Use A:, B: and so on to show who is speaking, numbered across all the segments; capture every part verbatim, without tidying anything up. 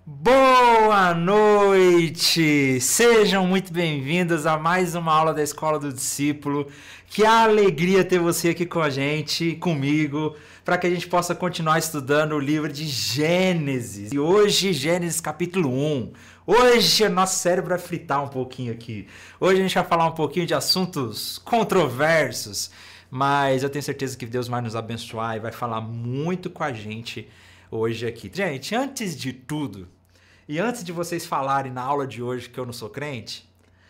A: Boa noite! Sejam muito bem-vindos a mais uma aula da Escola do Discípulo. Que alegria ter você aqui com a gente, comigo, para que a gente possa continuar estudando o livro de Gênesis. E hoje, Gênesis capítulo um. Hoje, nosso cérebro vai fritar um pouquinho aqui. Hoje a gente vai falar um pouquinho de assuntos controversos, mas eu tenho certeza que Deus vai nos abençoar e vai falar muito com a gente hoje aqui. Gente, antes de tudo, e antes de vocês falarem na aula de hoje que eu não sou crente,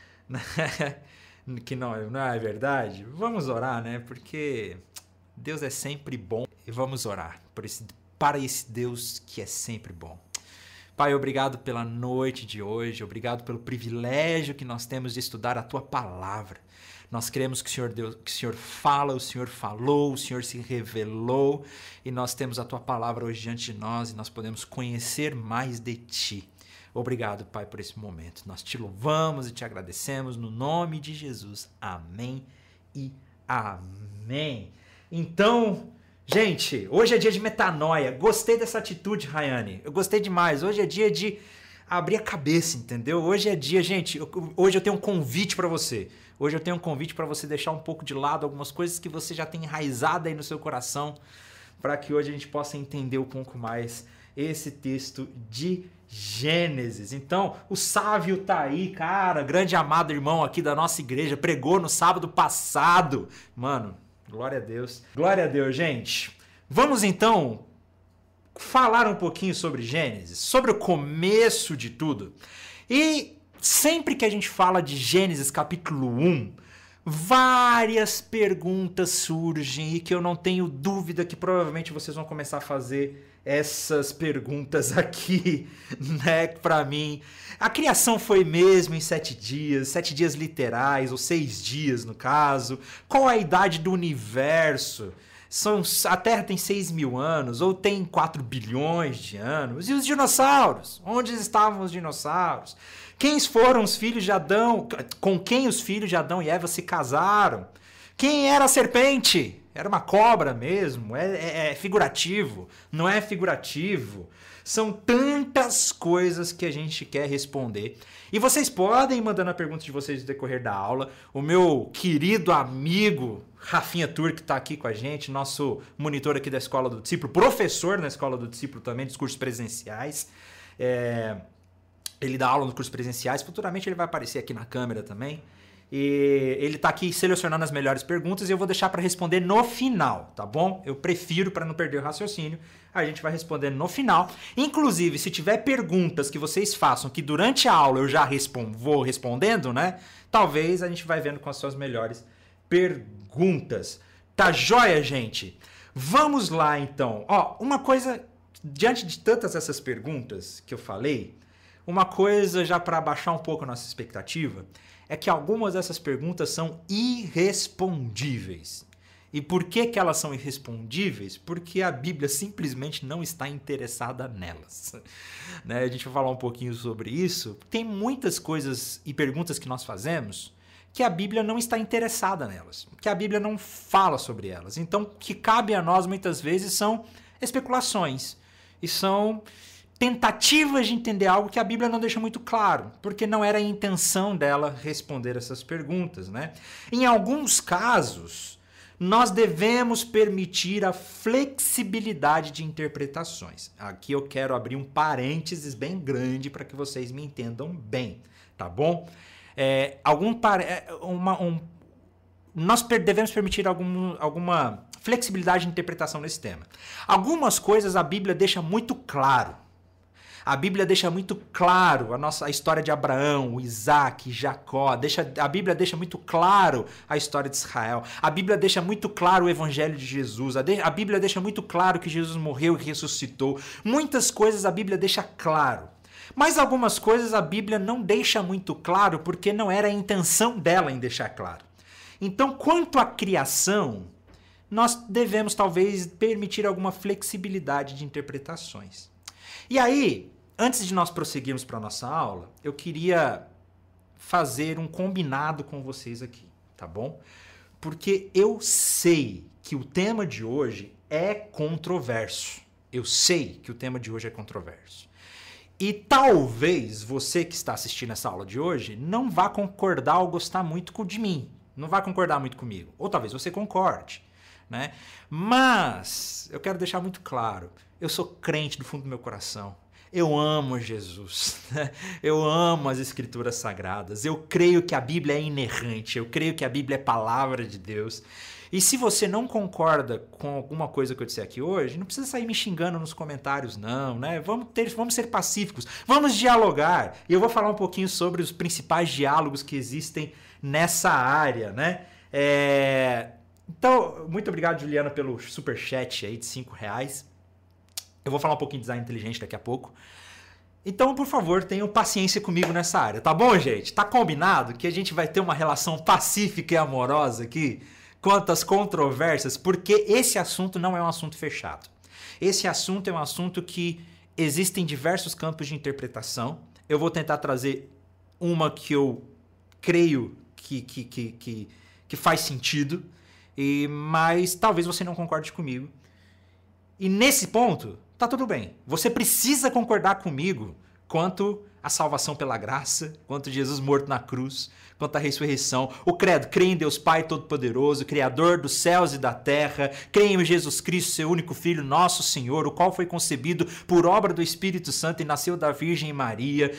A: que não, não é verdade, vamos orar, né? Porque Deus é sempre bom e vamos orar por esse, para esse Deus que é sempre bom. Pai, obrigado pela noite de hoje, obrigado pelo privilégio que nós temos de estudar a Tua Palavra. Nós cremos que o Senhor Deus, que o Senhor fala, o Senhor falou, o Senhor se revelou e nós temos a Tua Palavra hoje diante de nós e nós podemos conhecer mais de Ti. Obrigado, Pai, por esse momento. Nós Te louvamos e Te agradecemos no nome de Jesus. Amém e amém. Então, gente, hoje é dia de metanoia. Gostei dessa atitude, Rayane. Eu gostei demais. Hoje é dia de abrir a cabeça, entendeu? Hoje é dia, gente, eu, hoje eu tenho um convite para você. Hoje eu tenho um convite para você deixar um pouco de lado algumas coisas que você já tem enraizado aí no seu coração, para que hoje a gente possa entender um pouco mais esse texto de Gênesis. Então, o Sávio tá aí, cara, grande amado irmão aqui da nossa igreja, pregou no sábado passado. Mano, glória a Deus. Glória a Deus, gente. Vamos então falar um pouquinho sobre Gênesis, sobre o começo de tudo. E sempre que a gente fala de Gênesis capítulo um, várias perguntas surgem e que eu não tenho dúvida que provavelmente vocês vão começar a fazer essas perguntas aqui, né, para mim. A criação foi mesmo em sete dias, sete dias literais, ou seis dias no caso? Qual a idade do universo? São, a Terra tem seis mil anos, ou tem quatro bilhões de anos? E os dinossauros? Onde estavam os dinossauros? Quem foram os filhos de Adão? Com quem os filhos de Adão e Eva se casaram? Quem era a serpente? Era uma cobra mesmo? É, é, é figurativo? Não é figurativo? São tantas coisas que a gente quer responder. E vocês podem ir mandando a pergunta de vocês no decorrer da aula. O meu querido amigo Rafinha Tur, que está aqui com a gente, nosso monitor aqui da Escola do Discípulo, professor na Escola do Discípulo também, dos cursos presenciais. É... Ele dá aula nos cursos presenciais, futuramente ele vai aparecer aqui na câmera também. E ele está aqui selecionando as melhores perguntas e eu vou deixar para responder no final, tá bom? Eu prefiro, para não perder o raciocínio, a gente vai responder no final. Inclusive, se tiver perguntas que vocês façam que durante a aula eu já respondo, vou respondendo, né? Talvez a gente vai vendo com as suas melhores perguntas. Tá joia, gente? Vamos lá, então. Ó, uma coisa, diante de tantas essas perguntas que eu falei, uma coisa já para abaixar um pouco a nossa expectativa é que algumas dessas perguntas são irrespondíveis. E por que que elas são irrespondíveis? Porque a Bíblia simplesmente não está interessada nelas. Né? A gente vai falar um pouquinho sobre isso. Tem muitas coisas e perguntas que nós fazemos que a Bíblia não está interessada nelas, que a Bíblia não fala sobre elas. Então, o que cabe a nós muitas vezes são especulações e são tentativas de entender algo que a Bíblia não deixa muito claro, porque não era a intenção dela responder essas perguntas, né? Em alguns casos, nós devemos permitir a flexibilidade de interpretações. Aqui eu quero abrir um parênteses bem grande para que vocês me entendam bem, tá bom? É, algum uma, um, nós devemos permitir algum, alguma flexibilidade de interpretação nesse tema. Algumas coisas a Bíblia deixa muito claro. A Bíblia deixa muito claro a nossa a história de Abraão, Isaac, Jacó. Deixa, a Bíblia deixa muito claro a história de Israel. A Bíblia deixa muito claro o Evangelho de Jesus. A, de, a Bíblia deixa muito claro que Jesus morreu e ressuscitou. Muitas coisas a Bíblia deixa claro. Mas algumas coisas a Bíblia não deixa muito claro porque não era a intenção dela em deixar claro. Então, quanto à criação, nós devemos talvez permitir alguma flexibilidade de interpretações. E aí, antes de nós prosseguirmos para a nossa aula, eu queria fazer um combinado com vocês aqui, tá bom? Porque eu sei que o tema de hoje é controverso. Eu sei que o tema de hoje é controverso. E talvez você que está assistindo essa aula de hoje não vá concordar ou gostar muito de mim. Não vai concordar muito comigo. Ou talvez você concorde, né? Mas eu quero deixar muito claro. Eu sou crente do fundo do meu coração. Eu amo Jesus. Né? Eu amo as Escrituras Sagradas. Eu creio que a Bíblia é inerrante. Eu creio que a Bíblia é palavra de Deus. E se você não concorda com alguma coisa que eu disser aqui hoje, não precisa sair me xingando nos comentários, não, né? Vamos, ter, vamos ser pacíficos, vamos dialogar. E eu vou falar um pouquinho sobre os principais diálogos que existem nessa área, né? É... Então, muito obrigado, Juliana, pelo superchat aí de cinco reais. Eu vou falar um pouquinho de design inteligente daqui a pouco. Então, por favor, tenham paciência comigo nessa área, tá bom, gente? Tá combinado que a gente vai ter uma relação pacífica e amorosa aqui? Quanto às controvérsias, porque esse assunto não é um assunto fechado. Esse assunto é um assunto que existem diversos campos de interpretação. Eu vou tentar trazer uma que eu creio que, que, que, que, que faz sentido, e, mas talvez você não concorde comigo. E nesse ponto, tá tudo bem. Você precisa concordar comigo quanto à salvação pela graça, quanto a Jesus morto na cruz, quanto à ressurreição. O credo, crê em Deus Pai Todo-Poderoso, Criador dos céus e da terra, crê em Jesus Cristo, seu único Filho, nosso Senhor, o qual foi concebido por obra do Espírito Santo e nasceu da Virgem Maria.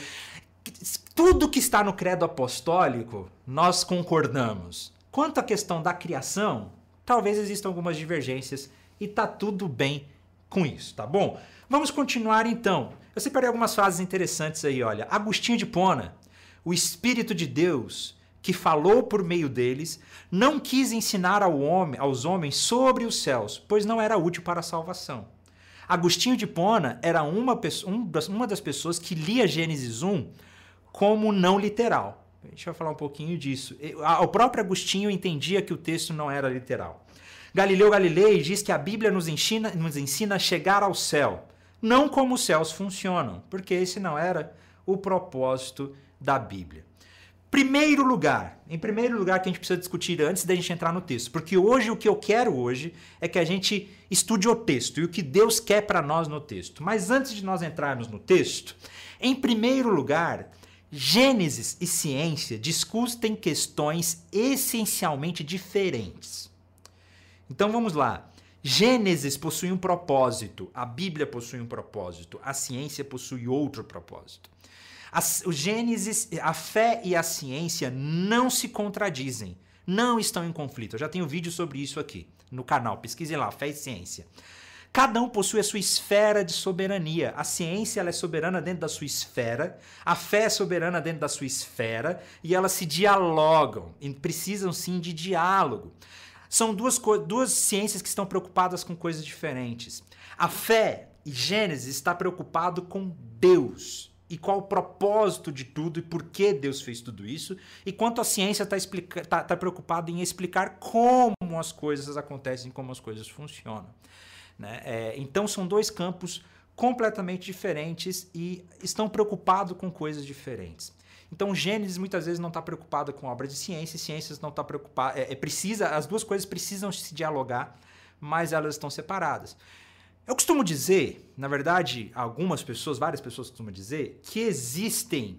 A: Tudo que está no credo apostólico, nós concordamos. Quanto à questão da criação, talvez existam algumas divergências e tá tudo bem com isso, tá bom? Vamos continuar então. Eu separei algumas frases interessantes aí, olha. Agostinho de Hipona, o Espírito de Deus, que falou por meio deles, não quis ensinar ao homem, aos homens sobre os céus, pois não era útil para a salvação. Agostinho de Hipona era uma, uma das pessoas que lia Gênesis um como não literal. A gente vai falar um pouquinho disso. O próprio Agostinho entendia que o texto não era literal. Galileu Galilei diz que a Bíblia nos ensina, nos ensina a chegar ao céu, não como os céus funcionam, porque esse não era o propósito da Bíblia. Primeiro lugar, em primeiro lugar que a gente precisa discutir antes da gente entrar no texto, porque hoje o que eu quero hoje é que a gente estude o texto e o que Deus quer para nós no texto. Mas antes de nós entrarmos no texto, em primeiro lugar, Gênesis e ciência discutem questões essencialmente diferentes. Então vamos lá. Gênesis possui um propósito, a Bíblia possui um propósito, a ciência possui outro propósito. A, o Gênesis, a fé e a ciência não se contradizem, não estão em conflito. Eu já tenho vídeo sobre isso aqui no canal, pesquise lá, fé e ciência. Cada um possui a sua esfera de soberania. A ciência ela é soberana dentro da sua esfera, a fé é soberana dentro da sua esfera, e elas se dialogam, e precisam sim de diálogo. São duas, duas ciências que estão preocupadas com coisas diferentes. A fé e Gênesis está preocupado com Deus e qual o propósito de tudo e por que Deus fez tudo isso. E quanto a ciência está tá, tá preocupada em explicar como as coisas acontecem, como as coisas funcionam. Né? É, então são dois campos completamente diferentes e estão preocupados com coisas diferentes. Então, Gênesis muitas vezes não está preocupado com obras de ciência, e ciências não está preocupada. É, é, precisa, as duas coisas precisam se dialogar, mas elas estão separadas. Eu costumo dizer, na verdade, algumas pessoas, várias pessoas costumam dizer, que existem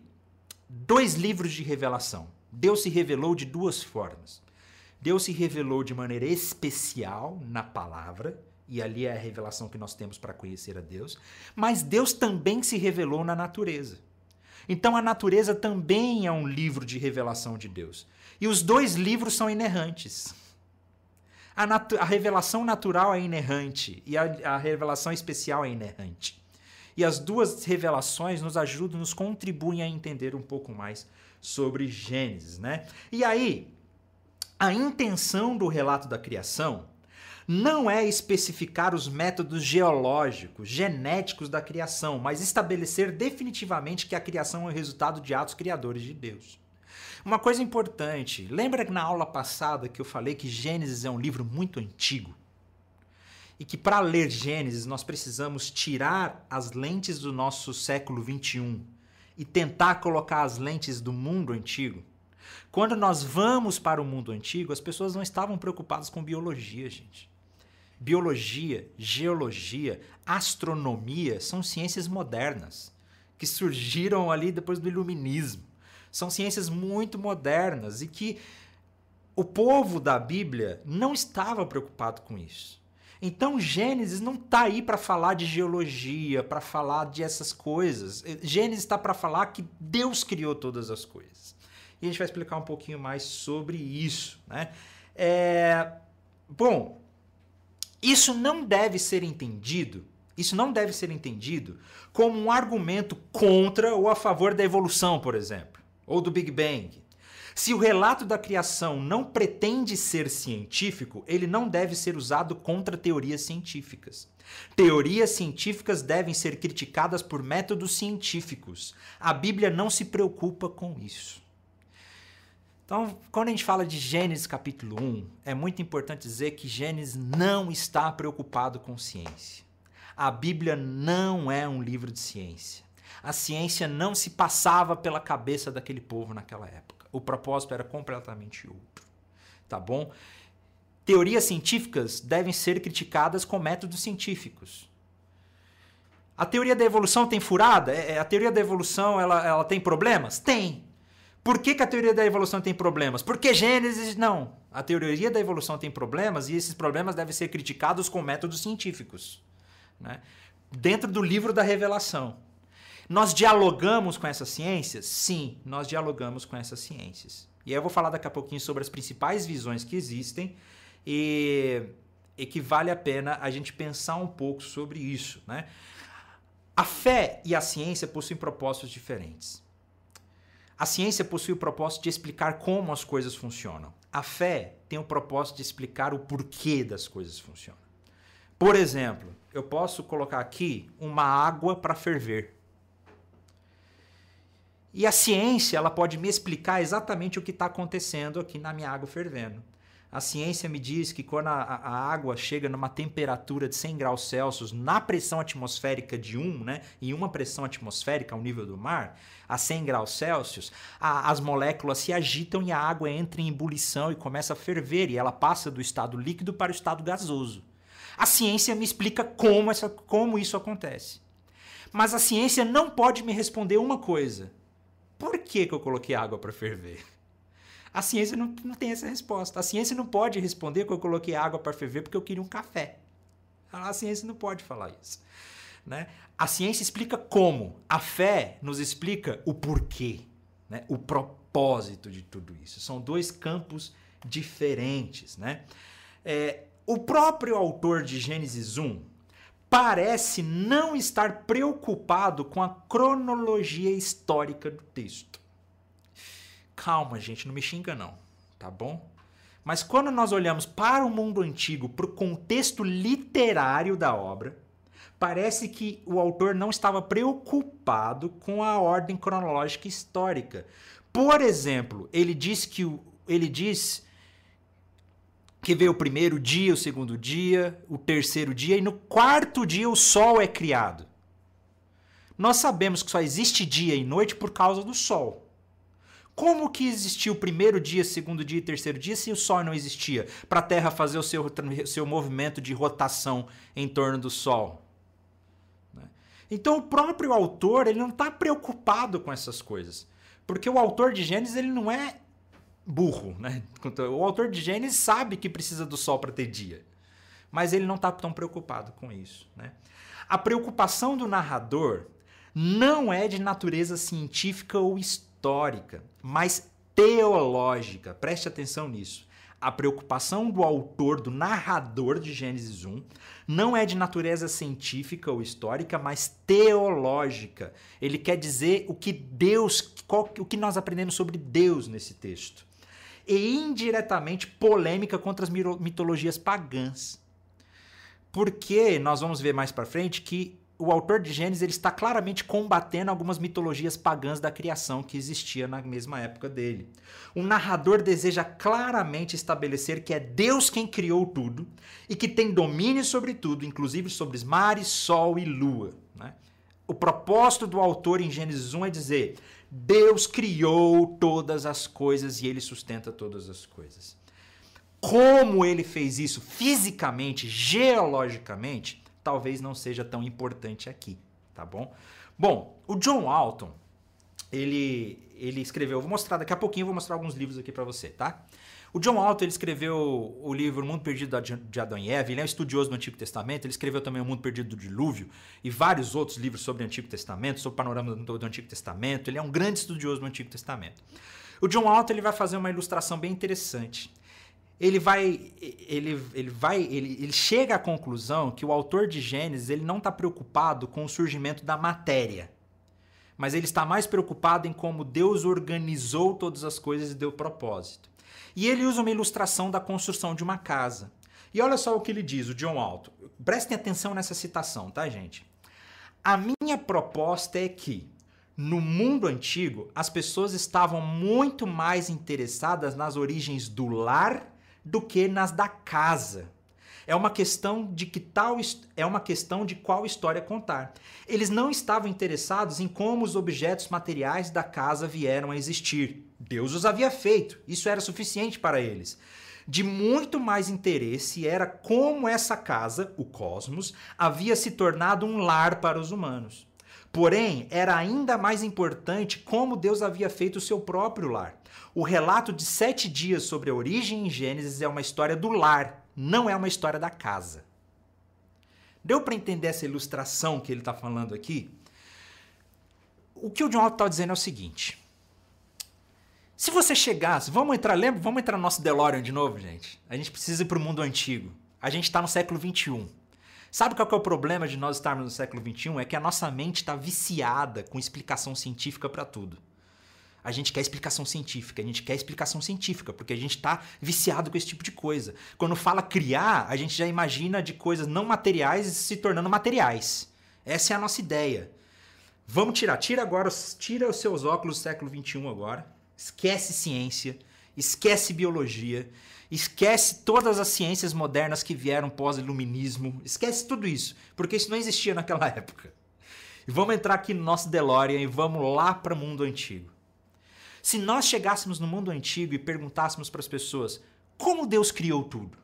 A: dois livros de revelação. Deus se revelou de duas formas. Deus se revelou de maneira especial na palavra, e ali é a revelação que nós temos para conhecer a Deus, mas Deus também se revelou na natureza. Então a natureza também é um livro de revelação de Deus. E os dois livros são inerrantes. A, natu- a revelação natural é inerrante e a, a revelação especial é inerrante. E as duas revelações nos ajudam, nos contribuem a entender um pouco mais sobre Gênesis, né? E aí, a intenção do relato da criação não é especificar os métodos geológicos, genéticos da criação, mas estabelecer definitivamente que a criação é o resultado de atos criadores de Deus. Uma coisa importante, lembra que na aula passada que eu falei que Gênesis é um livro muito antigo? E que para ler Gênesis nós precisamos tirar as lentes do nosso século vinte e um e tentar colocar as lentes do mundo antigo? Quando nós vamos para o mundo antigo, as pessoas não estavam preocupadas com biologia, gente. Biologia, geologia, astronomia são ciências modernas que surgiram ali depois do Iluminismo. São ciências muito modernas e que o povo da Bíblia não estava preocupado com isso. Então Gênesis não está aí para falar de geologia, para falar de essas coisas. Gênesis está para falar que Deus criou todas as coisas. E a gente vai explicar um pouquinho mais sobre isso, né? É... Bom, isso não deve ser entendido, isso não deve ser entendido como um argumento contra ou a favor da evolução, por exemplo, ou do Big Bang. Se o relato da criação não pretende ser científico, ele não deve ser usado contra teorias científicas. Teorias científicas devem ser criticadas por métodos científicos. A Bíblia não se preocupa com isso. Então, quando a gente fala de Gênesis capítulo um, é muito importante dizer que Gênesis não está preocupado com ciência. A Bíblia não é um livro de ciência. A ciência não se passava pela cabeça daquele povo naquela época. O propósito era completamente outro, tá bom? Teorias científicas devem ser criticadas com métodos científicos. A teoria da evolução tem furada? A teoria da evolução ela, ela tem problemas? Tem. Por que, que a teoria da evolução tem problemas? Porque Gênesis não. A teoria da evolução tem problemas e esses problemas devem ser criticados com métodos científicos, né? Dentro do livro da Revelação. Nós dialogamos com essas ciências? Sim, nós dialogamos com essas ciências. E aí eu vou falar daqui a pouquinho sobre as principais visões que existem e, e que vale a pena a gente pensar um pouco sobre isso, né? A fé e a ciência possuem propósitos diferentes. A ciência possui o propósito de explicar como as coisas funcionam. A fé tem o propósito de explicar o porquê das coisas funcionam. Por exemplo, eu posso colocar aqui uma água para ferver. E a ciência ela pode me explicar exatamente o que está acontecendo aqui na minha água fervendo. A ciência me diz que quando a, a água chega numa temperatura de cem graus Celsius, na pressão atmosférica de um, né, em uma pressão atmosférica ao nível do mar, a cem graus Celsius, a, as moléculas se agitam e a água entra em ebulição e começa a ferver, e ela passa do estado líquido para o estado gasoso. A ciência me explica como, essa, como isso acontece. Mas a ciência não pode me responder uma coisa. Por que, que eu coloquei água para ferver? A ciência não, não tem essa resposta. A ciência não pode responder que eu coloquei água para ferver porque eu queria um café. A ciência não pode falar isso, né? A ciência explica como. A fé nos explica o porquê, né? O propósito de tudo isso. São dois campos diferentes, né? É, o próprio autor de Gênesis um parece não estar preocupado com a cronologia histórica do texto. Calma, gente, não me xinga não, tá bom? Mas quando nós olhamos para o mundo antigo, para o contexto literário da obra, parece que o autor não estava preocupado com a ordem cronológica histórica. Por exemplo, ele diz que o, ele diz que veio o primeiro dia, o segundo dia, o terceiro dia, e no quarto dia o sol é criado. Nós sabemos que só existe dia e noite por causa do sol. Como que existiu o primeiro dia, segundo dia e terceiro dia se o sol não existia? Para a Terra fazer o seu, seu movimento de rotação em torno do sol. Então o próprio autor ele não está preocupado com essas coisas. Porque o autor de Gênesis ele não é burro, né? O autor de Gênesis sabe que precisa do sol para ter dia, mas ele não está tão preocupado com isso, né? A preocupação do narrador não é de natureza científica ou histórica, mas teológica. Preste atenção nisso. A preocupação do autor, do narrador de Gênesis um, não é de natureza científica ou histórica, mas teológica. Ele quer dizer o que Deus, qual, o que nós aprendemos sobre Deus nesse texto. E indiretamente polêmica contra as mitologias pagãs. Porque nós vamos ver mais para frente que o autor de Gênesis ele está claramente combatendo algumas mitologias pagãs da criação que existia na mesma época dele. O narrador deseja claramente estabelecer que é Deus quem criou tudo e que tem domínio sobre tudo, inclusive sobre os mares, sol e lua, né? O propósito do autor em Gênesis um é dizer: Deus criou todas as coisas e ele sustenta todas as coisas. Como ele fez isso fisicamente, geologicamente, talvez não seja tão importante aqui, tá bom? Bom, o John Walton, ele, ele escreveu, vou mostrar daqui a pouquinho, vou mostrar alguns livros aqui para você, tá? O John Walton, ele escreveu o livro O Mundo Perdido de Adão e Eva, ele é um estudioso do Antigo Testamento, ele escreveu também O Mundo Perdido do Dilúvio e vários outros livros sobre o Antigo Testamento, sobre o panorama do, do Antigo Testamento, ele é um grande estudioso do Antigo Testamento. O John Walton, ele vai fazer uma ilustração bem interessante. Ele vai, ele, ele vai, ele, ele chega à conclusão que o autor de Gênesis, ele não está preocupado com o surgimento da matéria, mas ele está mais preocupado em como Deus organizou todas as coisas e deu propósito. E ele usa uma ilustração da construção de uma casa. E olha só o que ele diz, o John Walton. Prestem atenção nessa citação, tá, gente? A minha proposta é que, no mundo antigo, as pessoas estavam muito mais interessadas nas origens do lar do que nas da casa. É uma questão de que tal é uma questão de qual história contar. Eles não estavam interessados em como os objetos materiais da casa vieram a existir. Deus os havia feito. Isso era suficiente para eles. De muito mais interesse era como essa casa, o cosmos, havia se tornado um lar para os humanos. Porém, era ainda mais importante como Deus havia feito o seu próprio lar. O relato de sete dias sobre a origem em Gênesis é uma história do lar, não é uma história da casa. Deu para entender essa ilustração que ele está falando aqui? O que o John Walton está dizendo é o seguinte. Se você chegasse... Vamos entrar, lembra? Vamos entrar no nosso DeLorean de novo, gente? A gente precisa ir para o mundo antigo. A gente está no século vinte e um. Sabe qual que é o problema de nós estarmos no século vinte e um? É que a nossa mente está viciada com explicação científica para tudo. A gente quer explicação científica, a gente quer explicação científica, porque a gente está viciado com esse tipo de coisa. Quando fala criar, a gente já imagina de coisas não materiais se tornando materiais. Essa é a nossa ideia. Vamos tirar, tira agora, tira os seus óculos do século vinte e um agora, esquece ciência, esquece biologia, esquece todas as ciências modernas que vieram pós-iluminismo, esquece tudo isso, porque isso não existia naquela época. E vamos entrar aqui no nosso DeLorean e vamos lá para o mundo antigo. Se nós chegássemos no mundo antigo e perguntássemos para as pessoas como Deus criou tudo,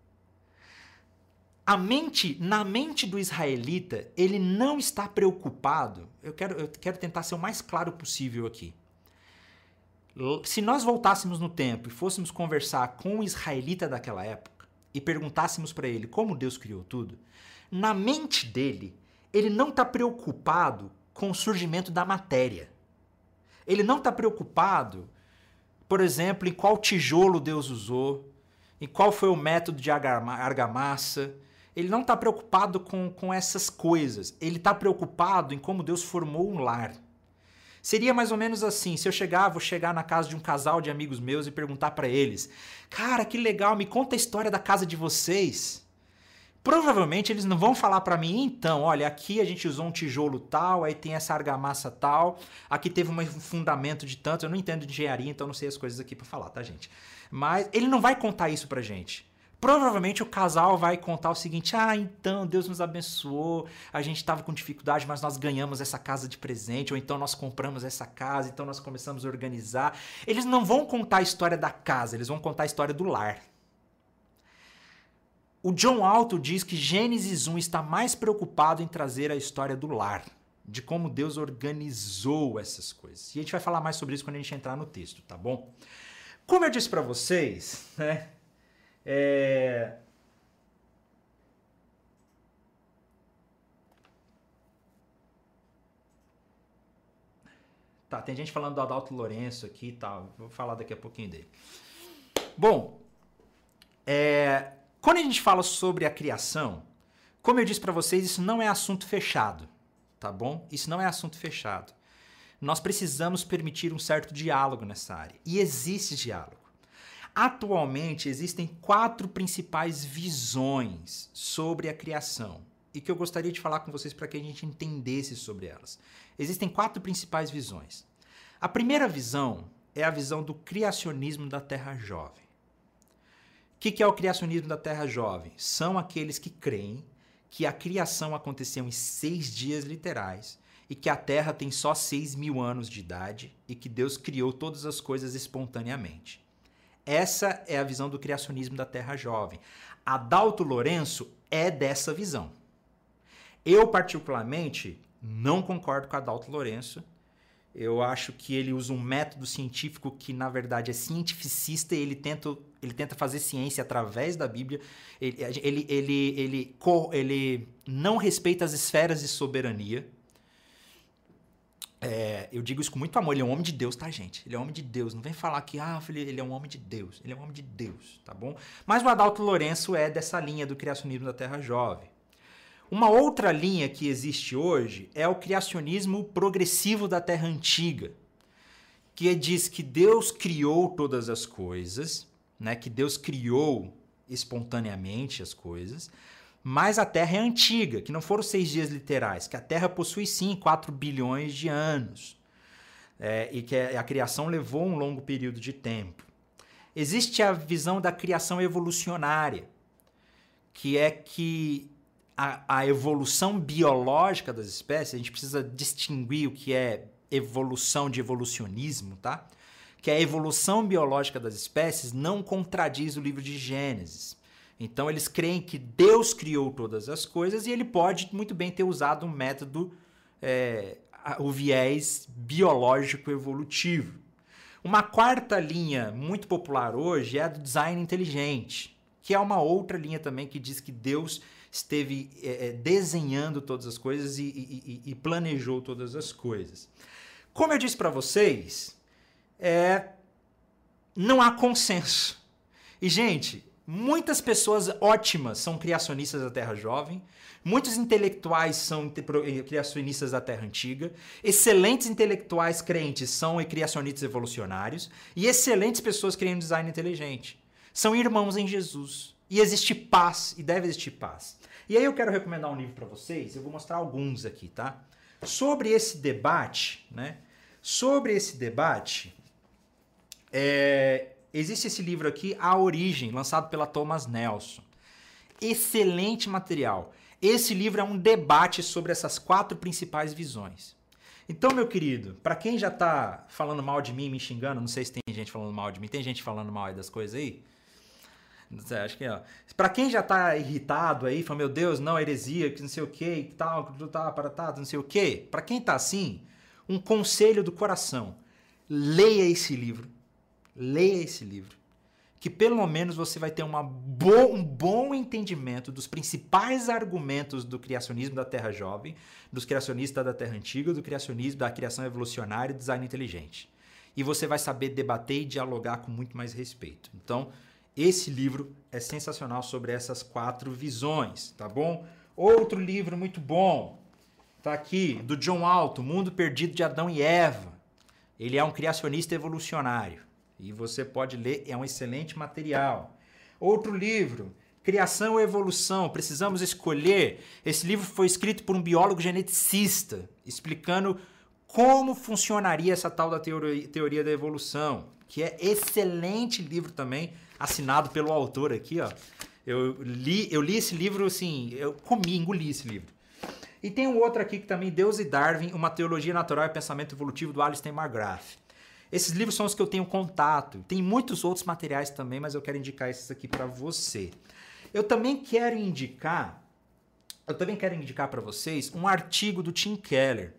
A: a mente, na mente do israelita, ele não está preocupado. Eu quero, eu quero tentar ser o mais claro possível aqui. Se nós voltássemos no tempo e fôssemos conversar com o israelita daquela época e perguntássemos para ele como Deus criou tudo, na mente dele, ele não está preocupado com o surgimento da matéria. Ele não está preocupado, por exemplo, em qual tijolo Deus usou, em qual foi o método de argamassa. Ele não está preocupado com, com essas coisas. Ele está preocupado em como Deus formou um lar. Seria mais ou menos assim, se eu chegar, vou chegar na casa de um casal de amigos meus e perguntar para eles, cara, que legal, me conta a história da casa de vocês. Provavelmente eles não vão falar para mim, então, olha, aqui a gente usou um tijolo tal, aí tem essa argamassa tal, aqui teve um fundamento de tanto, eu não entendo de engenharia, então não sei as coisas aqui para falar, tá, gente? Mas ele não vai contar isso pra gente. Provavelmente o casal vai contar o seguinte, ah, então Deus nos abençoou, a gente estava com dificuldade, mas nós ganhamos essa casa de presente, ou então nós compramos essa casa, então nós começamos a organizar. Eles não vão contar a história da casa, eles vão contar a história do lar. O John Walton diz que Gênesis um está mais preocupado em trazer a história do lar, de como Deus organizou essas coisas. E a gente vai falar mais sobre isso quando a gente entrar no texto, tá bom? Como eu disse para vocês, né? É... Tá, tem gente falando do Adalto Lourenço aqui e tal. Vou falar daqui a pouquinho dele. Bom, é... quando a gente fala sobre a criação, como eu disse para vocês, isso não é assunto fechado, tá bom? Isso não é assunto fechado. Nós precisamos permitir um certo diálogo nessa área. E existe diálogo. Atualmente, existem quatro principais visões sobre a criação e que eu gostaria de falar com vocês para que a gente entendesse sobre elas. Existem quatro principais visões. A primeira visão é a visão do criacionismo da Terra Jovem. O que é o criacionismo da Terra Jovem? São aqueles que creem que a criação aconteceu em seis dias literais e que a Terra tem só seis mil anos de idade e que Deus criou todas as coisas espontaneamente. Essa é a visão do criacionismo da Terra Jovem. Adalto Lourenço é dessa visão. Eu, particularmente, Não concordo com Adalto Lourenço. Eu acho que ele usa um método científico que, na verdade, é cientificista e ele tenta, ele tenta fazer ciência através da Bíblia. Ele, ele, ele, ele, ele não respeita as esferas de soberania. É, eu digo isso com muito amor. Ele é um homem de Deus, tá, gente? Ele é um homem de Deus. Não vem falar que ah, ele é um homem de Deus. Ele é um homem de Deus, tá bom? Mas o Adalto Lourenço é dessa linha do criacionismo da Terra Jovem. Uma outra linha que existe hoje é o criacionismo progressivo da Terra Antiga, que diz que Deus criou todas as coisas, né? Que Deus criou espontaneamente as coisas, mas a Terra é antiga, que não foram seis dias literais, que a Terra possui sim quatro bilhões de anos, é, e que a criação levou um longo período de tempo. Existe a visão da criação evolucionária, que é que A, a evolução biológica das espécies, a gente precisa distinguir o que é evolução de evolucionismo, tá? Que a evolução biológica das espécies não contradiz o livro de Gênesis. Então, eles creem que Deus criou todas as coisas e ele pode muito bem ter usado um método, é, o viés biológico evolutivo. Uma quarta linha muito popular hoje é a do design inteligente, que é uma outra linha também que diz que Deus esteve é, desenhando todas as coisas e, e, e planejou todas as coisas. Como eu disse para vocês, é, não há consenso. E, gente, muitas pessoas ótimas são criacionistas da Terra Jovem, muitos intelectuais são criacionistas da Terra Antiga, excelentes intelectuais crentes são criacionistas evolucionários e excelentes pessoas creem no design inteligente. São irmãos em Jesus. E existe paz, e deve existir paz. E aí eu quero recomendar um livro para vocês, eu vou mostrar alguns aqui, tá? Sobre esse debate, né? Sobre esse debate, é, existe esse livro aqui, A Origem, lançado pela Thomas Nelson. Excelente material. Esse livro é um debate sobre essas quatro principais visões. Então, meu querido, para quem já tá falando mal de mim, me xingando, não sei se tem gente falando mal de mim, tem gente falando mal aí das coisas aí? Acho que ó. Pra quem já tá irritado aí, fala, meu Deus, não, heresia, que não sei o que, e tal, tal, para tal, não sei o que. Pra quem tá assim, um conselho do coração. Leia esse livro. Leia esse livro. Que pelo menos você vai ter uma bo- um bom entendimento dos principais argumentos do criacionismo da Terra Jovem, dos criacionistas da Terra Antiga, do criacionismo da criação evolucionária e do design inteligente. E você vai saber debater e dialogar com muito mais respeito. Então, esse livro é sensacional sobre essas quatro visões, tá bom? Outro livro muito bom, tá aqui, do John Alton, Mundo Perdido de Adão e Eva. Ele é um criacionista evolucionário e você pode ler, é um excelente material. Outro livro, Criação e Evolução, Precisamos Escolher. Esse livro foi escrito por um biólogo geneticista, explicando como funcionaria essa tal da teoria, teoria da evolução, que é excelente livro também, assinado pelo autor aqui, ó. Eu li, eu li esse livro, assim, eu comi, engoli esse livro. E tem um outro aqui que também, Deus e Darwin, Uma Teologia Natural e Pensamento Evolutivo, do Alistair McGrath. Esses livros são os que eu tenho contato. Tem muitos outros materiais também, mas eu quero indicar esses aqui para você. Eu também quero indicar, eu também quero indicar para vocês um artigo do Tim Keller,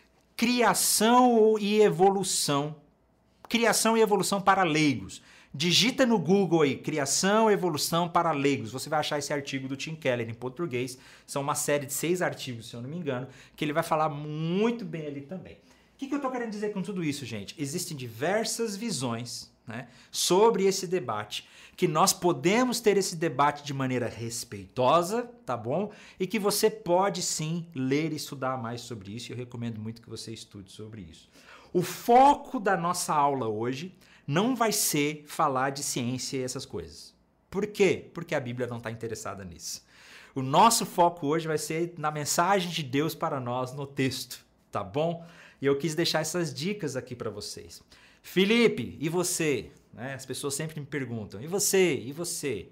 A: Criação e Evolução, Criação e Evolução para Leigos. Digita no Google aí, Criação e Evolução para Leigos. Você vai achar esse artigo do Tim Keller em português. São uma série de seis artigos, se eu não me engano, que ele vai falar muito bem ali também. O que, que eu estou querendo dizer com tudo isso, gente? Existem diversas visões, né, sobre esse debate, que nós podemos ter esse debate de maneira respeitosa, tá bom? E que você pode sim ler e estudar mais sobre isso. E eu recomendo muito que você estude sobre isso. O foco da nossa aula hoje não vai ser falar de ciência e essas coisas. Por quê? Porque a Bíblia não está interessada nisso. O nosso foco hoje vai ser na mensagem de Deus para nós no texto, tá bom? E eu quis deixar essas dicas aqui para vocês. Felipe, e você? Né? As pessoas sempre me perguntam, e você? E você?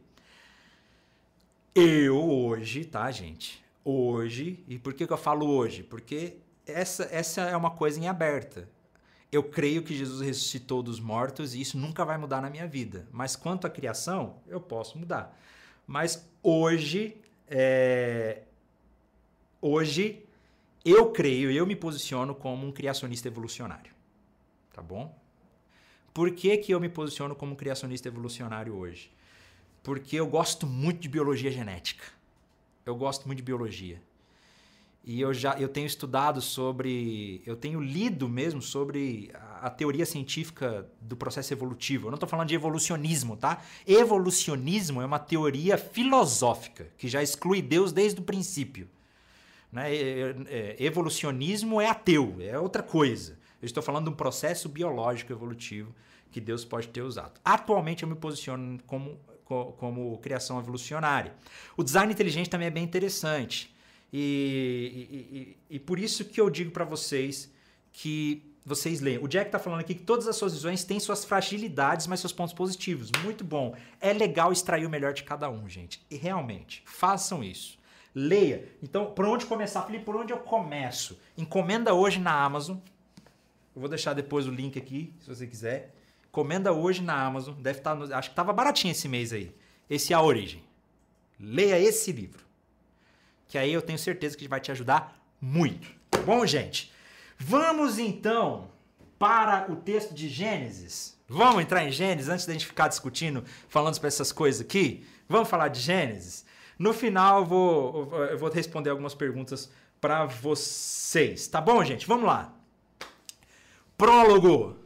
A: Eu hoje, tá, gente? Hoje, e por que, que eu falo hoje? Porque essa, essa é uma coisa em aberta. Eu creio que Jesus ressuscitou dos mortos e isso nunca vai mudar na minha vida. Mas quanto à criação, eu posso mudar. Mas hoje, é... hoje eu creio, eu me posiciono como um criacionista evolucionário. Tá bom? Por que que eu me posiciono como um criacionista evolucionário hoje? Porque eu gosto muito de biologia genética. Eu gosto muito de biologia. E eu já eu tenho estudado sobre, eu tenho lido mesmo sobre a, a teoria científica do processo evolutivo. Eu não estou falando de evolucionismo, tá? Evolucionismo é uma teoria filosófica que já exclui Deus desde o princípio. Né? Evolucionismo é ateu, é outra coisa. Eu estou falando de um processo biológico evolutivo que Deus pode ter usado. Atualmente eu me posiciono como, como, como criação evolucionária. O design inteligente também é bem interessante. E, e, e, e por isso que eu digo para vocês que vocês leiam. O Jack está falando aqui que todas as suas visões têm suas fragilidades, mas seus pontos positivos. Muito bom. É legal extrair o melhor de cada um, gente. E realmente, façam isso. Leia. Então, por onde começar? Felipe, por onde eu começo? Encomenda hoje na Amazon. Eu vou deixar depois o link aqui, se você quiser. Encomenda hoje na Amazon. Deve estar no, acho que estava baratinho esse mês aí. Esse é A Origem. Leia esse livro. Que aí eu tenho certeza que vai te ajudar muito. Bom, gente, vamos então para o texto de Gênesis. Vamos entrar em Gênesis antes da gente ficar discutindo, falando sobre essas coisas aqui? Vamos falar de Gênesis? No final eu vou, eu vou responder algumas perguntas para vocês. Tá bom, gente? Vamos lá. Prólogo.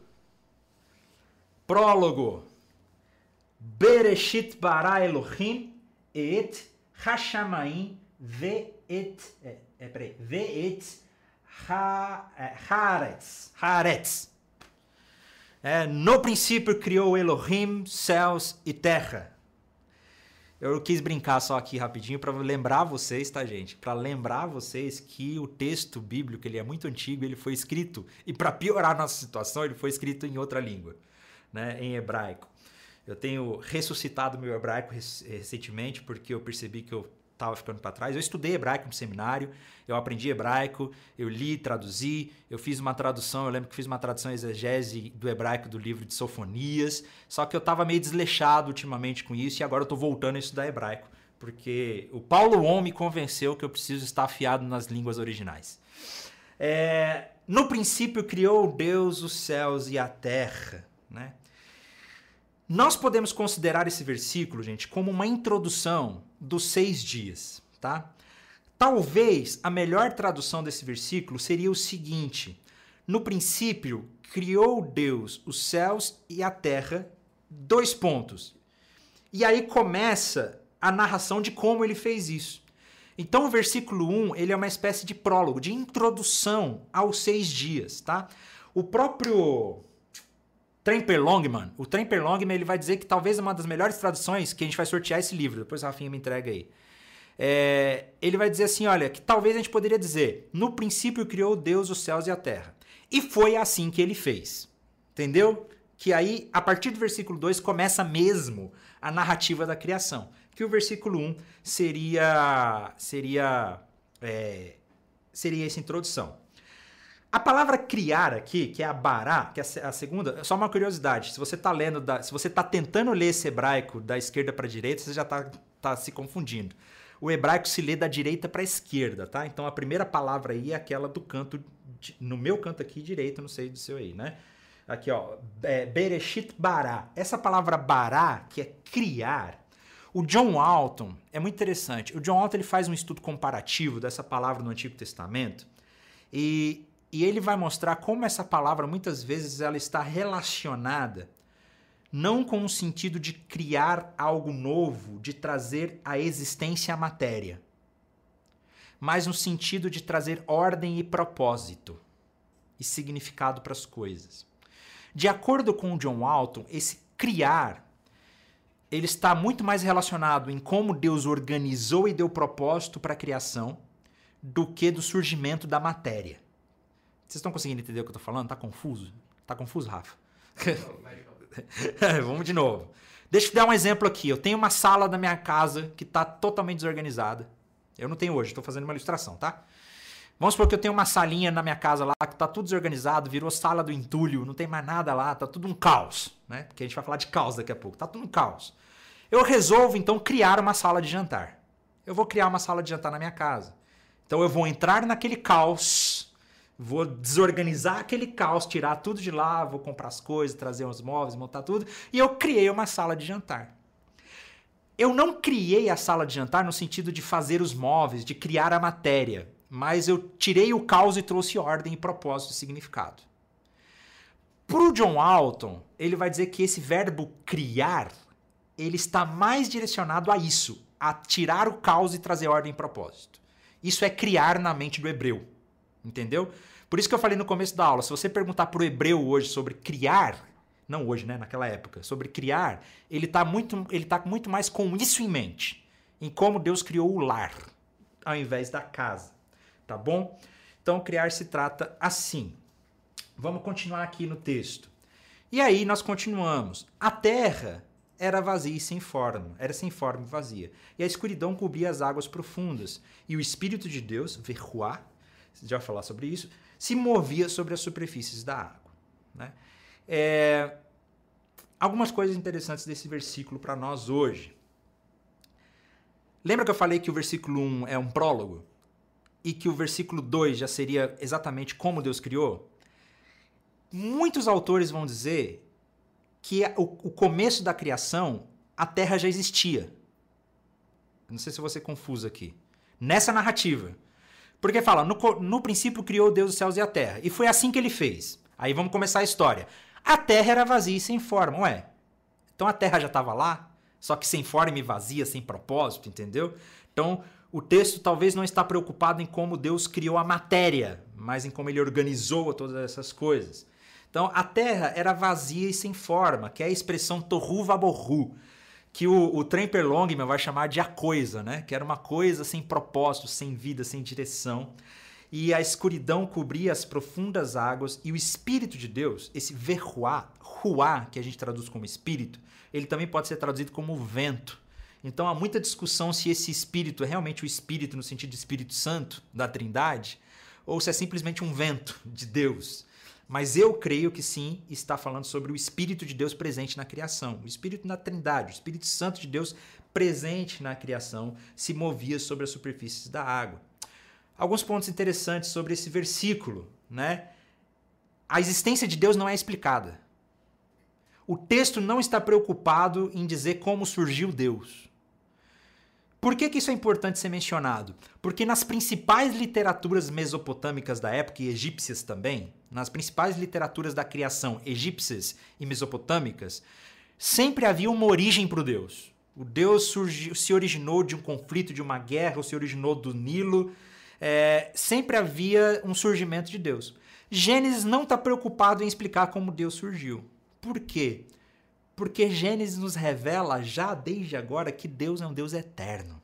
A: Prólogo. Bereshit bara Elohim et Hashamayim Ve et, é, é, peraí, ve et ha, é, haaretz, haaretz. É, no princípio criou Elohim, céus e terra. Eu quis brincar só aqui rapidinho para lembrar vocês, tá, gente? Para lembrar vocês que o texto bíblico, ele é muito antigo, ele foi escrito, e para piorar a nossa situação, ele foi escrito em outra língua, né, em hebraico. Eu tenho ressuscitado meu hebraico recentemente porque eu percebi que eu estava ficando para trás. Eu estudei hebraico no seminário, eu aprendi hebraico, eu li, traduzi, eu fiz uma tradução, eu lembro que fiz uma tradução exegese do hebraico do livro de Sofonias, só que eu estava meio desleixado ultimamente com isso e agora eu estou voltando a estudar hebraico, porque o Paulo On me convenceu que eu preciso estar afiado nas línguas originais. É, no princípio criou Deus os céus e a terra, né? Nós podemos considerar esse versículo, gente, como uma introdução dos seis dias, tá? Talvez a melhor tradução desse versículo seria o seguinte: no princípio criou Deus os céus e a terra, dois pontos. E aí começa a narração de como ele fez isso. Então o versículo um, ele é uma espécie de prólogo, de introdução aos seis dias, tá? O próprio Tremper Longman, o Tremper Longman, ele vai dizer que talvez uma das melhores traduções, que a gente vai sortear esse livro, depois a Rafinha me entrega aí. É, ele vai dizer assim, olha, que talvez a gente poderia dizer, no princípio criou Deus os céus e a terra. E foi assim que ele fez. Entendeu? Que aí, a partir do versículo dois, começa mesmo a narrativa da criação. Que o versículo um seria, seria, é, seria essa introdução. A palavra criar aqui, que é a bará, que é a segunda, é só uma curiosidade. Se você está lendo, da, se você está tentando ler esse hebraico da esquerda para a direita, você já está tá se confundindo. O hebraico se lê da direita para a esquerda, tá? Então a primeira palavra aí é aquela do canto, no meu canto aqui direito, não sei do seu aí, né? Aqui, ó, é, Bereshit bará. Essa palavra bará, que é criar, o John Alton, é muito interessante. O John Alton ele faz um estudo comparativo dessa palavra no Antigo Testamento e E ele vai mostrar como essa palavra, muitas vezes, ela está relacionada não com o sentido de criar algo novo, de trazer à existência a matéria, mas no sentido de trazer ordem e propósito e significado para as coisas. De acordo com o John Alton, esse criar, ele está muito mais relacionado em como Deus organizou e deu propósito para a criação do que do surgimento da matéria. Vocês estão conseguindo entender o que eu estou falando? Tá confuso? Tá confuso, Rafa? Vamos de novo. Deixa eu dar um exemplo aqui. Eu tenho uma sala da minha casa que está totalmente desorganizada. Eu não tenho hoje, estou fazendo uma ilustração, tá? Vamos supor que eu tenho uma salinha na minha casa lá que está tudo desorganizado, virou sala do entulho, não tem mais nada lá, tá tudo um caos, né? Porque a gente vai falar de caos daqui a pouco. Tá tudo um caos. Eu resolvo, então, criar uma sala de jantar. Eu vou criar uma sala de jantar na minha casa. Então eu vou entrar naquele caos, vou desorganizar aquele caos, tirar tudo de lá, vou comprar as coisas, trazer os móveis, montar tudo, e eu criei uma sala de jantar. Eu não criei a sala de jantar no sentido de fazer os móveis, de criar a matéria, mas eu tirei o caos e trouxe ordem, propósito e significado. Para o John Alton, ele vai dizer que esse verbo criar, ele está mais direcionado a isso, a tirar o caos e trazer ordem e propósito. Isso é criar na mente do hebreu, entendeu? Por isso que eu falei no começo da aula, se você perguntar para o hebreu hoje sobre criar, não hoje, né, naquela época, sobre criar, ele está muito, ele tá muito mais com isso em mente, em como Deus criou o lar, ao invés da casa, tá bom? Então, criar se trata assim. Vamos continuar aqui no texto. E aí nós continuamos. A terra era vazia e sem forma, era sem forma e vazia. E a escuridão cobria as águas profundas. E o Espírito de Deus, Verruá, já vou falar sobre isso, se movia sobre as superfícies da água. Né? É, algumas coisas interessantes desse versículo para nós hoje. Lembra que eu falei que o versículo um é um prólogo? E que o versículo dois já seria exatamente como Deus criou? Muitos autores vão dizer que o, o começo da criação, a Terra já existia. Não sei se eu vou ser confuso aqui. Nessa narrativa. Porque fala, no, no princípio criou Deus os céus e a terra. E foi assim que ele fez. Aí vamos começar a história. A terra era vazia e sem forma. Ué, então a terra já estava lá? Só que sem forma e vazia, sem propósito, entendeu? Então o texto talvez não está preocupado em como Deus criou a matéria, mas em como ele organizou todas essas coisas. Então a terra era vazia e sem forma, que é a expressão tohu vabohu, que o, o Tremper Longman vai chamar de a coisa, né? Que era uma coisa sem propósito, sem vida, sem direção. E a escuridão cobria as profundas águas e o Espírito de Deus, esse verruá, ruá, que a gente traduz como Espírito, ele também pode ser traduzido como vento. Então há muita discussão se esse Espírito é realmente o Espírito no sentido de Espírito Santo, da Trindade, ou se é simplesmente um vento de Deus. Mas eu creio que sim, está falando sobre o Espírito de Deus presente na criação. O Espírito na Trindade, o Espírito Santo de Deus presente na criação, se movia sobre as superfícies da água. Alguns pontos interessantes sobre esse versículo, né? A existência de Deus não é explicada. O texto não está preocupado em dizer como surgiu Deus. Por que que isso é importante ser mencionado? Porque nas principais literaturas mesopotâmicas da época, e egípcias também, nas principais literaturas da criação egípcias e mesopotâmicas, sempre havia uma origem para o Deus. O Deus surgiu, se originou de um conflito, de uma guerra, ou se originou do Nilo. É, sempre havia um surgimento de Deus. Gênesis não está preocupado em explicar como Deus surgiu. Por quê? Porque Gênesis nos revela já desde agora que Deus é um Deus eterno.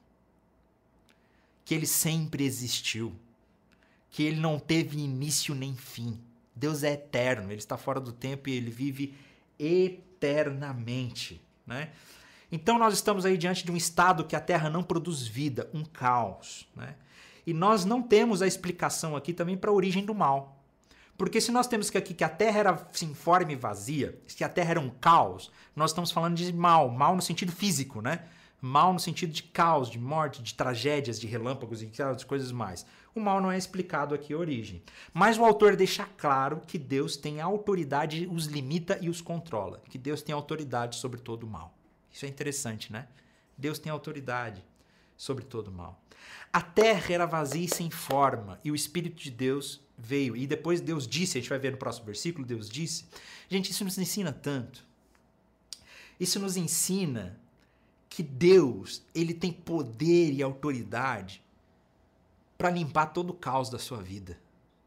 A: Que ele sempre existiu. Que ele não teve início nem fim. Deus é eterno, ele está fora do tempo e ele vive eternamente. Né? Então nós estamos aí diante de um estado que a Terra não produz vida, um caos. Né? E nós não temos a explicação aqui também para a origem do mal. Porque se nós temos que aqui que a Terra era sem forma e vazia, se a Terra era um caos, nós estamos falando de mal, mal no sentido físico, né? Mal no sentido de caos, de morte, de tragédias, de relâmpagos e de coisas mais. O mal não é explicado aqui a origem. Mas o autor deixa claro que Deus tem autoridade, os limita e os controla. Que Deus tem autoridade sobre todo o mal. Isso é interessante, né? Deus tem autoridade sobre todo o mal. A terra era vazia e sem forma, e o Espírito de Deus veio. E depois Deus disse, a gente vai ver no próximo versículo, Deus disse. Gente, isso nos ensina tanto. Isso nos ensina que Deus, ele tem poder e autoridade para limpar todo o caos da sua vida.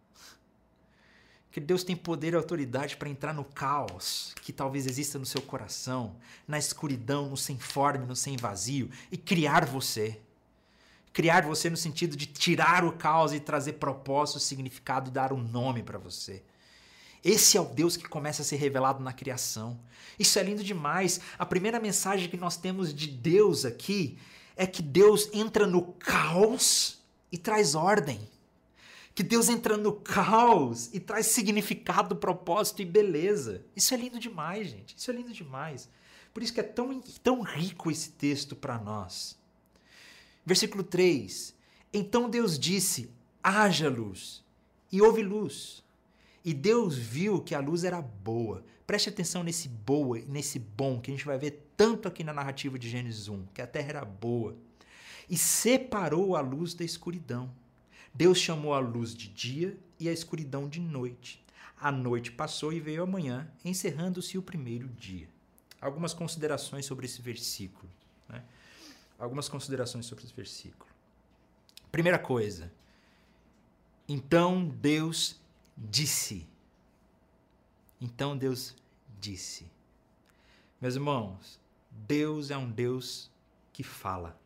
A: Que Deus tem poder e autoridade para entrar no caos que talvez exista no seu coração, na escuridão, no sem forma, no sem vazio, e criar você. Criar você no sentido de tirar o caos e trazer propósito, significado e dar um nome para você. Esse é o Deus que começa a ser revelado na criação. Isso é lindo demais. A primeira mensagem que nós temos de Deus aqui é que Deus entra no caos e traz ordem. Que Deus entra no caos e traz significado, propósito e beleza. Isso é lindo demais, gente. Isso é lindo demais. Por isso que é tão, tão rico esse texto para nós. Versículo três. Então Deus disse, haja luz, e houve luz. E Deus viu que a luz era boa. Preste atenção nesse boa, nesse bom, que a gente vai ver tanto aqui na narrativa de Gênesis um, que a terra era boa. E separou a luz da escuridão. Deus chamou a luz de dia e a escuridão de noite. A noite passou e veio a manhã, encerrando-se o primeiro dia. Algumas considerações sobre esse versículo. Né? Algumas considerações sobre esse versículo. Primeira coisa, então Deus disse. Então Deus disse. Meus irmãos, Deus é um Deus que fala.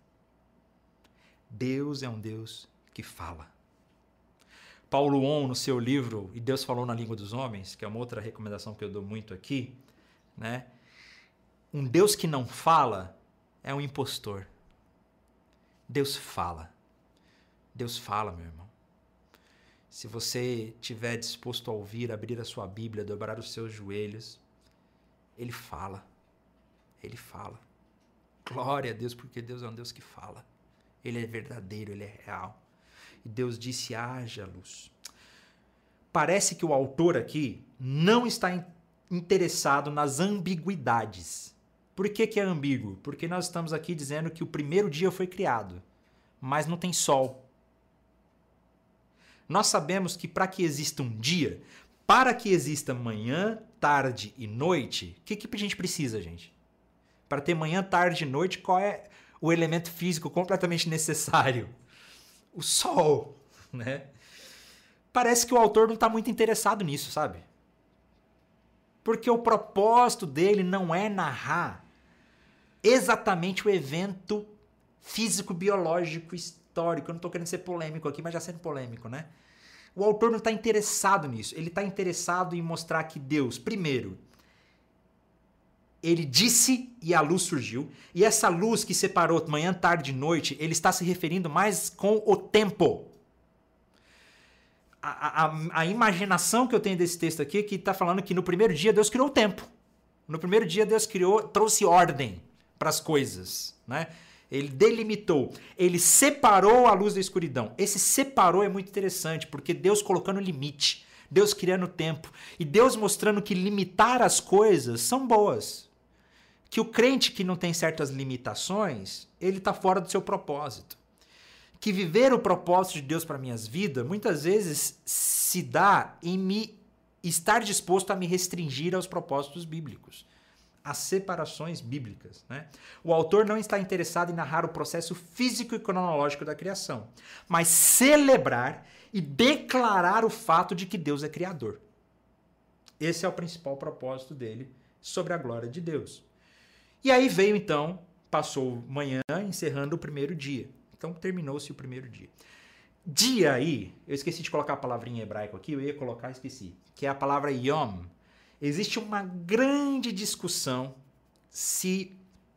A: Deus é um Deus que fala. Paulo On, no seu livro E Deus Falou na Língua dos Homens, que é uma outra recomendação que eu dou muito aqui, né? Um Deus que não fala é um impostor. Deus fala. Deus fala, meu irmão. Se você estiver disposto a ouvir, abrir a sua Bíblia, dobrar os seus joelhos, Ele fala. Ele fala. Glória a Deus, porque Deus é um Deus que fala. Ele é verdadeiro, Ele é real. E Deus disse, haja luz. Parece que o autor aqui não está interessado nas ambiguidades. Por que que é ambíguo? Porque nós estamos aqui dizendo que o primeiro dia foi criado, mas não tem sol. Nós sabemos que para que exista um dia, para que exista manhã, tarde e noite, o que, que a gente precisa, gente? Para ter manhã, tarde e noite, qual é o elemento físico completamente necessário? O sol, né? Parece que o autor não está muito interessado nisso, sabe? Porque o propósito dele não é narrar exatamente o evento físico-biológico histórico. Eu não estou querendo ser polêmico aqui, mas já sendo polêmico, né? O autor não está interessado nisso. Ele está interessado em mostrar que Deus, primeiro, ele disse e a luz surgiu. E essa luz que separou manhã, tarde e noite, ele está se referindo mais com o tempo. A, a, a imaginação que eu tenho desse texto aqui é que está falando que no primeiro dia Deus criou o tempo. No primeiro dia Deus criou, trouxe ordem para as coisas, né? Ele delimitou, ele separou a luz da escuridão. Esse separou é muito interessante, porque Deus colocando limite, Deus criando tempo, e Deus mostrando que limitar as coisas são boas. Que o crente que não tem certas limitações, ele está fora do seu propósito. Que viver o propósito de Deus para minhas vidas, muitas vezes se dá em me estar disposto a me restringir aos propósitos bíblicos. As separações bíblicas, né? O autor não está interessado em narrar o processo físico e cronológico da criação, mas celebrar e declarar o fato de que Deus é criador. Esse é o principal propósito dele sobre a glória de Deus. E aí veio então, passou manhã, encerrando o primeiro dia. Então terminou-se o primeiro dia. Dia aí, eu esqueci de colocar a palavrinha em hebraico aqui, eu ia colocar, esqueci, que é a palavra yom. Existe uma grande discussão se,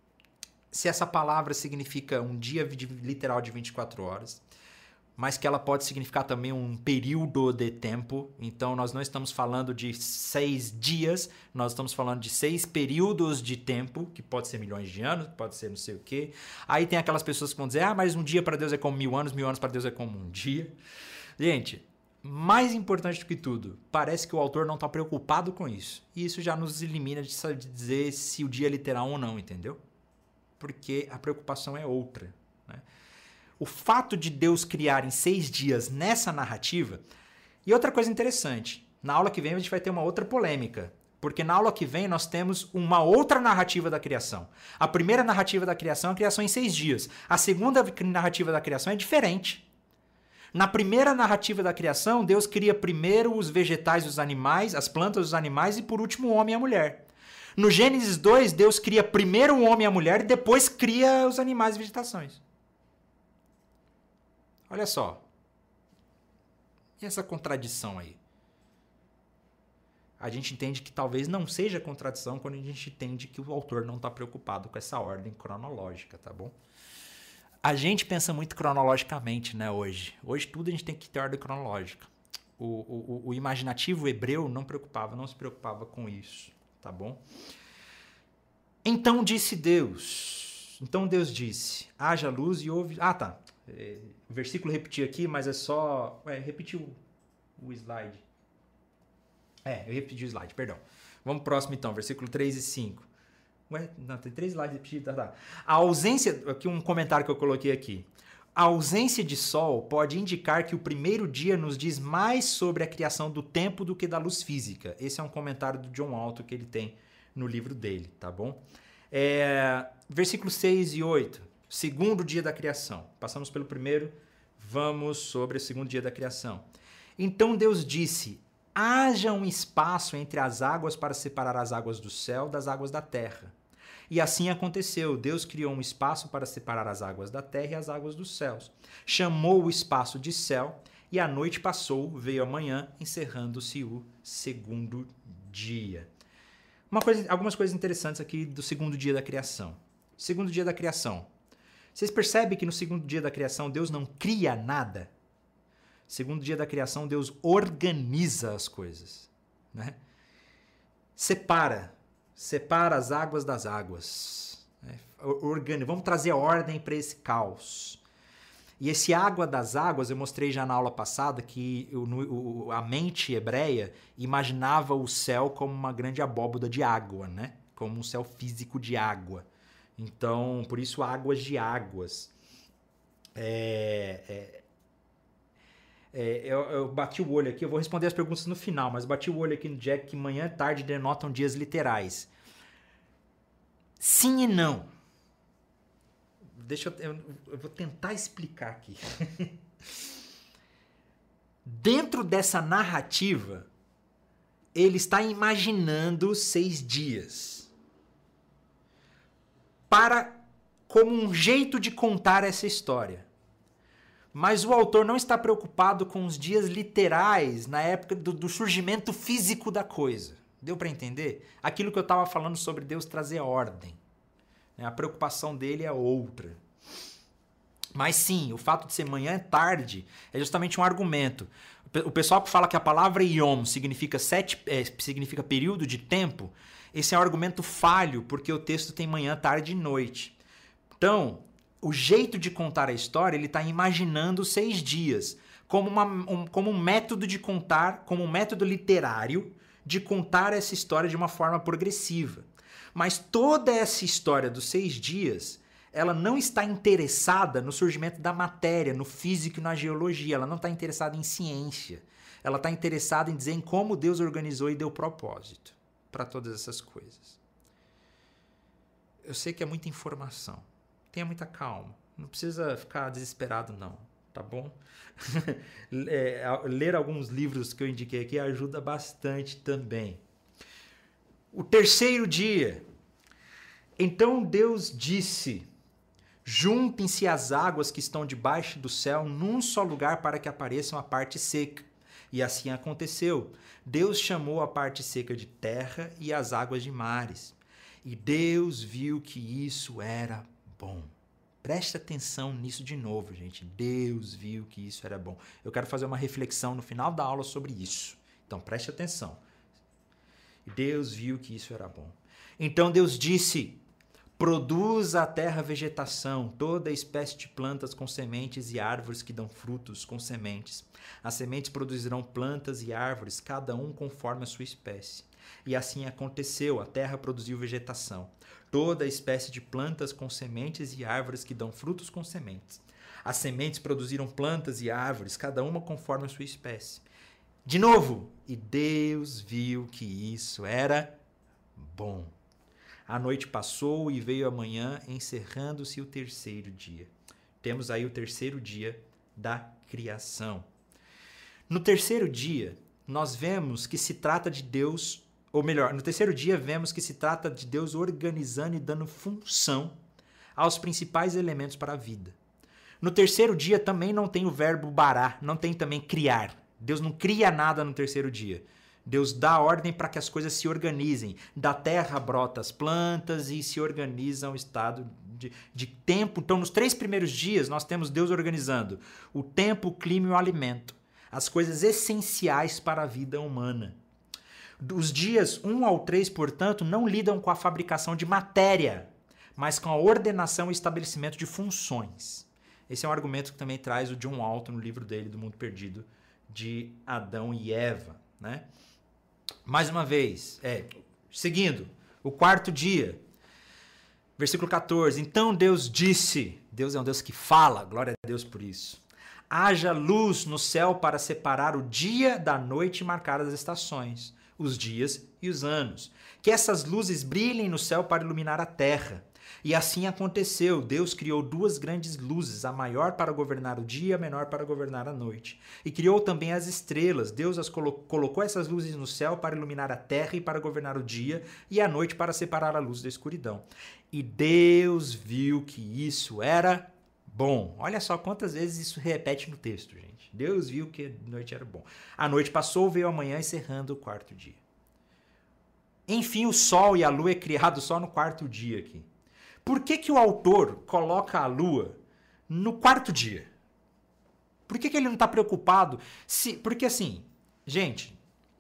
A: se essa palavra significa um dia de, literal de vinte e quatro horas, mas que ela pode significar também um período de tempo. Então, nós não estamos falando de seis dias, nós estamos falando de seis períodos de tempo, que pode ser milhões de anos, pode ser não sei o quê. Aí tem aquelas pessoas que vão dizer, ah, mas um dia para Deus é como mil anos, mil anos para Deus é como um dia. Gente, mais importante do que tudo, parece que o autor não está preocupado com isso. E isso já nos elimina de dizer se o dia é literal ou não, entendeu? Porque a preocupação é outra, né? O fato de Deus criar em seis dias nessa narrativa... E outra coisa interessante, na aula que vem a gente vai ter uma outra polêmica, porque na aula que vem nós temos uma outra narrativa da criação. A primeira narrativa da criação é a criação em seis dias. A segunda narrativa da criação é diferente. Na primeira narrativa da criação, Deus cria primeiro os vegetais e os animais, as plantas e os animais, e por último o homem e a mulher. No Gênesis dois, Deus cria primeiro o homem e a mulher e depois cria os animais e vegetações. Olha só. E essa contradição aí? A gente entende que talvez não seja contradição quando a gente entende que o autor não está preocupado com essa ordem cronológica, tá bom? A gente pensa muito cronologicamente, né, hoje. Hoje tudo a gente tem que ter ordem cronológica. O, o, o imaginativo hebreu não preocupava, não se preocupava com isso, tá bom? Então disse Deus. Então Deus disse, haja luz e houve... Ah, tá. É, o versículo repetir aqui, mas é só... É, repetir o, o slide. É, eu repeti o slide, perdão. Vamos pro próximo então, versículo três e cinco. Ué, não, tem três slides repetidos. Tá, tá. A ausência... Aqui um comentário que eu coloquei aqui. A ausência de sol pode indicar que o primeiro dia nos diz mais sobre a criação do tempo do que da luz física. Esse é um comentário do John Walton que ele tem no livro dele, tá bom? É, versículos seis e oito. Segundo dia da criação. Passamos pelo primeiro, vamos sobre o segundo dia da criação. Então Deus disse: haja um espaço entre as águas para separar as águas do céu das águas da terra. E assim aconteceu. Deus criou um espaço para separar as águas da terra e as águas dos céus. Chamou o espaço de céu, e a noite passou, veio a manhã, encerrando-se o segundo dia. Uma coisa, algumas coisas interessantes aqui do segundo dia da criação. Segundo dia da criação. Vocês percebem que no segundo dia da criação Deus não cria nada? Segundo dia da criação, Deus organiza as coisas, né? Separa. Separa as águas das águas. Né? Organiza. Vamos trazer ordem para esse caos. E esse água das águas, eu mostrei já na aula passada que eu, no, a mente hebreia imaginava o céu como uma grande abóboda de água, né? Como um céu físico de água. Então, por isso, águas de águas. É, é, é, eu, eu bati o olho aqui, eu vou responder as perguntas no final, mas bati o olho aqui no Jack que manhã e tarde denotam dias literais. Sim e não. Deixa eu, eu, eu vou tentar explicar aqui. Dentro dessa narrativa, ele está imaginando seis dias para como um jeito de contar essa história. Mas o autor não está preocupado com os dias literais na época do, do surgimento físico da coisa. Deu para entender? Aquilo que eu estava falando sobre Deus trazer ordem. A preocupação dele é outra. Mas sim, o fato de ser manhã e tarde é justamente um argumento. O pessoal que fala que a palavra yom significa, sete, é, significa período de tempo, esse é um argumento falho, porque o texto tem manhã, tarde e noite. Então, o jeito de contar a história, ele está imaginando seis dias, como, uma, um, como um método de contar, como um método literário de contar essa história de uma forma progressiva. Mas toda essa história dos seis dias, ela não está interessada no surgimento da matéria, no físico e na geologia. Ela não está interessada em ciência. Ela está interessada em dizer em como Deus organizou e deu propósito para todas essas coisas. Eu sei que é muita informação. Tenha muita calma. Não precisa ficar desesperado, não. Tá bom? é, ler alguns livros que eu indiquei aqui ajuda bastante também. O terceiro dia. Então Deus disse: juntem-se as águas que estão debaixo do céu num só lugar para que apareçam a parte seca. E assim aconteceu. Deus chamou a parte seca de terra e as águas de mares. E Deus viu que isso era bom. Preste atenção nisso de novo, gente. Deus viu que isso era bom. Eu quero fazer uma reflexão no final da aula sobre isso. Então preste atenção. Deus viu que isso era bom. Então Deus disse: produza a terra vegetação, toda espécie de plantas com sementes e árvores que dão frutos com sementes. As sementes produzirão plantas e árvores, cada um conforme a sua espécie. E assim aconteceu, a terra produziu vegetação, toda espécie de plantas com sementes e árvores que dão frutos com sementes. As sementes produziram plantas e árvores, cada uma conforme a sua espécie. De novo, e Deus viu que isso era bom. A noite passou e veio a manhã, encerrando-se o terceiro dia. Temos aí o terceiro dia da criação. No terceiro dia, nós vemos que se trata de Deus, ou melhor, no terceiro dia vemos que se trata de Deus organizando e dando função aos principais elementos para a vida. No terceiro dia também não tem o verbo bará, não tem também criar. Deus não cria nada no terceiro dia. Deus dá ordem para que as coisas se organizem. Da terra brota as plantas e se organizam o estado de, de tempo. Então, nos três primeiros dias, nós temos Deus organizando o tempo, o clima e o alimento. As coisas essenciais para a vida humana. Dos dias um ao três, portanto, não lidam com a fabricação de matéria, mas com a ordenação e estabelecimento de funções. Esse é um argumento que também traz o John Walton no livro dele, do Mundo Perdido, de Adão e Eva, né? Mais uma vez, é, seguindo, o quarto dia, versículo catorze. Então Deus disse, Deus é um Deus que fala, glória a Deus por isso. Haja luz no céu para separar o dia da noite e marcar as estações, os dias e os anos. Que essas luzes brilhem no céu para iluminar a terra. E assim aconteceu. Deus criou duas grandes luzes, a maior para governar o dia e a menor para governar a noite. E criou também as estrelas. Deus as colo- colocou essas luzes no céu para iluminar a terra e para governar o dia, e a noite para separar a luz da escuridão. E Deus viu que isso era bom. Olha só quantas vezes isso repete no texto, gente. Deus viu que a noite era bom. A noite passou, veio a manhã, encerrando o quarto dia. Enfim, o sol e a lua é criado só no quarto dia aqui. Por que que o autor coloca a lua no quarto dia? Por que que ele não está preocupado? Se, porque assim, gente,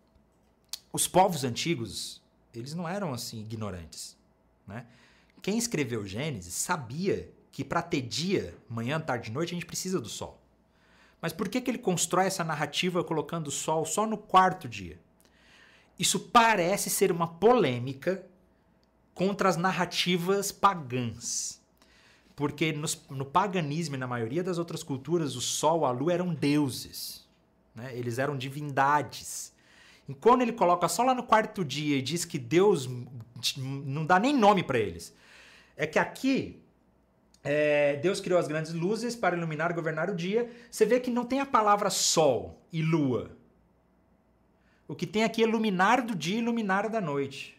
A: os povos antigos, eles não eram assim ignorantes, né? Quem escreveu Gênesis sabia que para ter dia, manhã, tarde e noite, a gente precisa do sol. Mas por que que ele constrói essa narrativa colocando o sol só no quarto dia? Isso parece ser uma polêmica contra as narrativas pagãs. Porque nos, no paganismo e na maioria das outras culturas, o sol, a lua eram deuses, né? Eles eram divindades. E quando ele coloca só lá no quarto dia e diz que Deus não dá nem nome para eles, é que aqui é, Deus criou as grandes luzes para iluminar e governar o dia. Você vê que não tem a palavra sol e lua. O que tem aqui é iluminar do dia e iluminar da noite.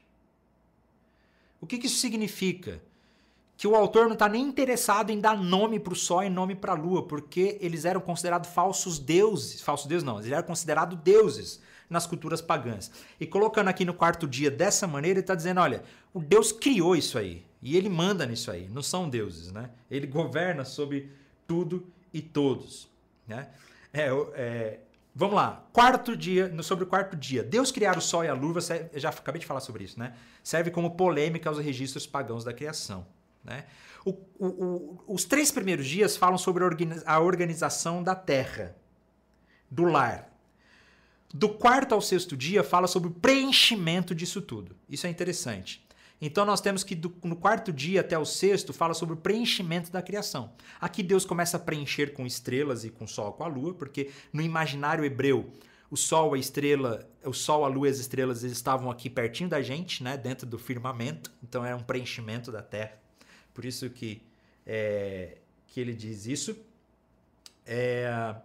A: O que que isso significa? Que o autor não está nem interessado em dar nome para o sol e nome para a lua, porque eles eram considerados falsos deuses. Falsos deuses não, eles eram considerados deuses nas culturas pagãs. E colocando aqui no quarto dia dessa maneira, ele está dizendo, olha, o Deus criou isso aí. E ele manda nisso aí. Não são deuses, né? Ele governa sobre tudo e todos, né? É, é, vamos lá. Quarto dia, sobre o quarto dia. Deus criar o sol e a lua, eu já acabei de falar sobre isso, né? Serve como polêmica aos registros pagãos da criação, né? O, o, o, os três primeiros dias falam sobre a organização da terra, do lar. Do quarto ao sexto dia fala sobre o preenchimento disso tudo. Isso é interessante. Então nós temos que do, no quarto dia até o sexto fala sobre o preenchimento da criação. Aqui Deus começa a preencher com estrelas e com o sol, com a lua, porque no imaginário hebreu o sol, a estrela, o sol, a lua e as estrelas eles estavam aqui pertinho da gente, né, dentro do firmamento. Então era um preenchimento da terra. Por isso que, é, que ele diz isso. É,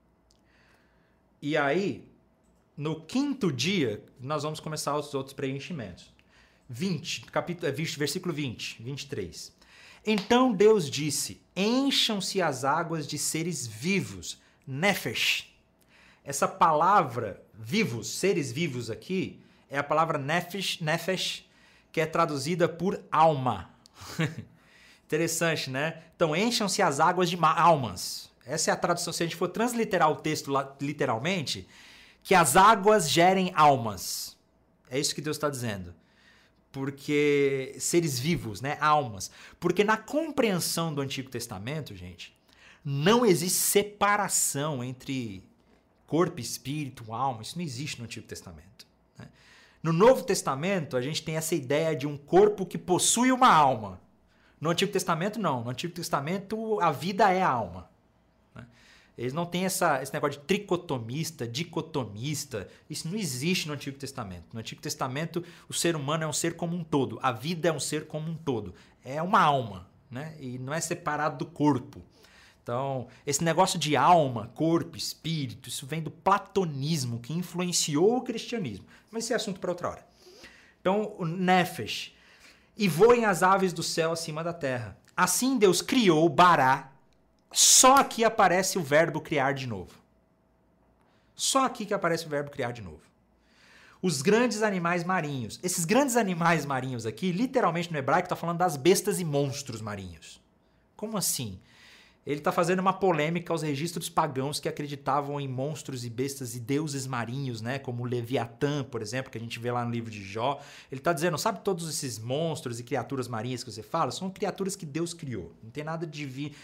A: e aí, no quinto dia, nós vamos começar os outros preenchimentos. vinte, capítulo, versículo vinte, vinte e três. Então Deus disse, encham-se as águas de seres vivos, nefesh. Essa palavra, vivos, seres vivos aqui, é a palavra nefesh, nefesh, que é traduzida por alma. Interessante, né? Então, encham-se as águas de almas. Essa é a tradução, se a gente for transliterar o texto literalmente, que as águas gerem almas. É isso que Deus está dizendo. Porque seres vivos, né? Almas. Porque na compreensão do Antigo Testamento, gente, não existe separação entre corpo, espírito, alma. Isso não existe no Antigo Testamento, né? No Novo Testamento, a gente tem essa ideia de um corpo que possui uma alma. No Antigo Testamento, não. No Antigo Testamento, a vida é a alma. Eles não têm essa, esse negócio de tricotomista, dicotomista. Isso não existe no Antigo Testamento. No Antigo Testamento, o ser humano é um ser como um todo. A vida é um ser como um todo. É uma alma, né? E não é separado do corpo. Então, esse negócio de alma, corpo, espírito, isso vem do platonismo, que influenciou o cristianismo. Mas esse é assunto para outra hora. Então, o nefesh. E voem as aves do céu acima da terra. Assim Deus criou o Bará. Só aqui aparece o verbo criar de novo. Só aqui que aparece o verbo criar de novo. Os grandes animais marinhos. Esses grandes animais marinhos aqui, literalmente no hebraico, está falando das bestas e monstros marinhos. Como assim? Ele está fazendo uma polêmica aos registros pagãos que acreditavam em monstros e bestas e deuses marinhos, né? Como o Leviatã, por exemplo, que a gente vê lá no livro de Jó. Ele está dizendo, sabe todos esses monstros e criaturas marinhas que você fala? São criaturas que Deus criou. Não tem nada de vir...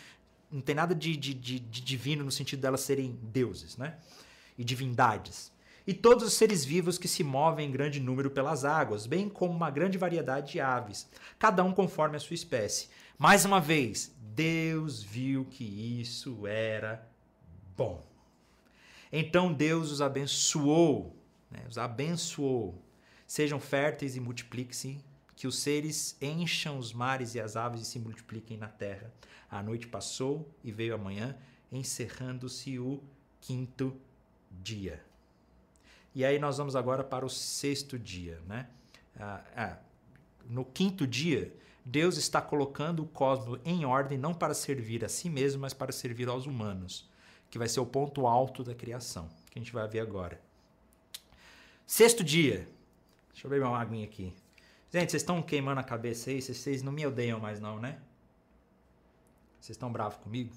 A: não tem nada de, de, de, de divino no sentido delas serem deuses, né? E divindades. E todos os seres vivos que se movem em grande número pelas águas, bem como uma grande variedade de aves, cada um conforme a sua espécie. Mais uma vez, Deus viu que isso era bom. Então Deus os abençoou, né? Os abençoou. Sejam férteis e multipliquem-se, que os seres encham os mares e as aves e se multipliquem na terra. A noite passou e veio a manhã, encerrando-se o quinto dia. E aí nós vamos agora para o sexto dia, né? Ah, ah, no quinto dia, Deus está colocando o cosmos em ordem não para servir a si mesmo, mas para servir aos humanos, que vai ser o ponto alto da criação, que a gente vai ver agora. Sexto dia. Deixa eu beber uma aguinha aqui. Gente, vocês estão queimando a cabeça aí? Vocês não me odeiam mais não, né? Vocês estão bravos comigo?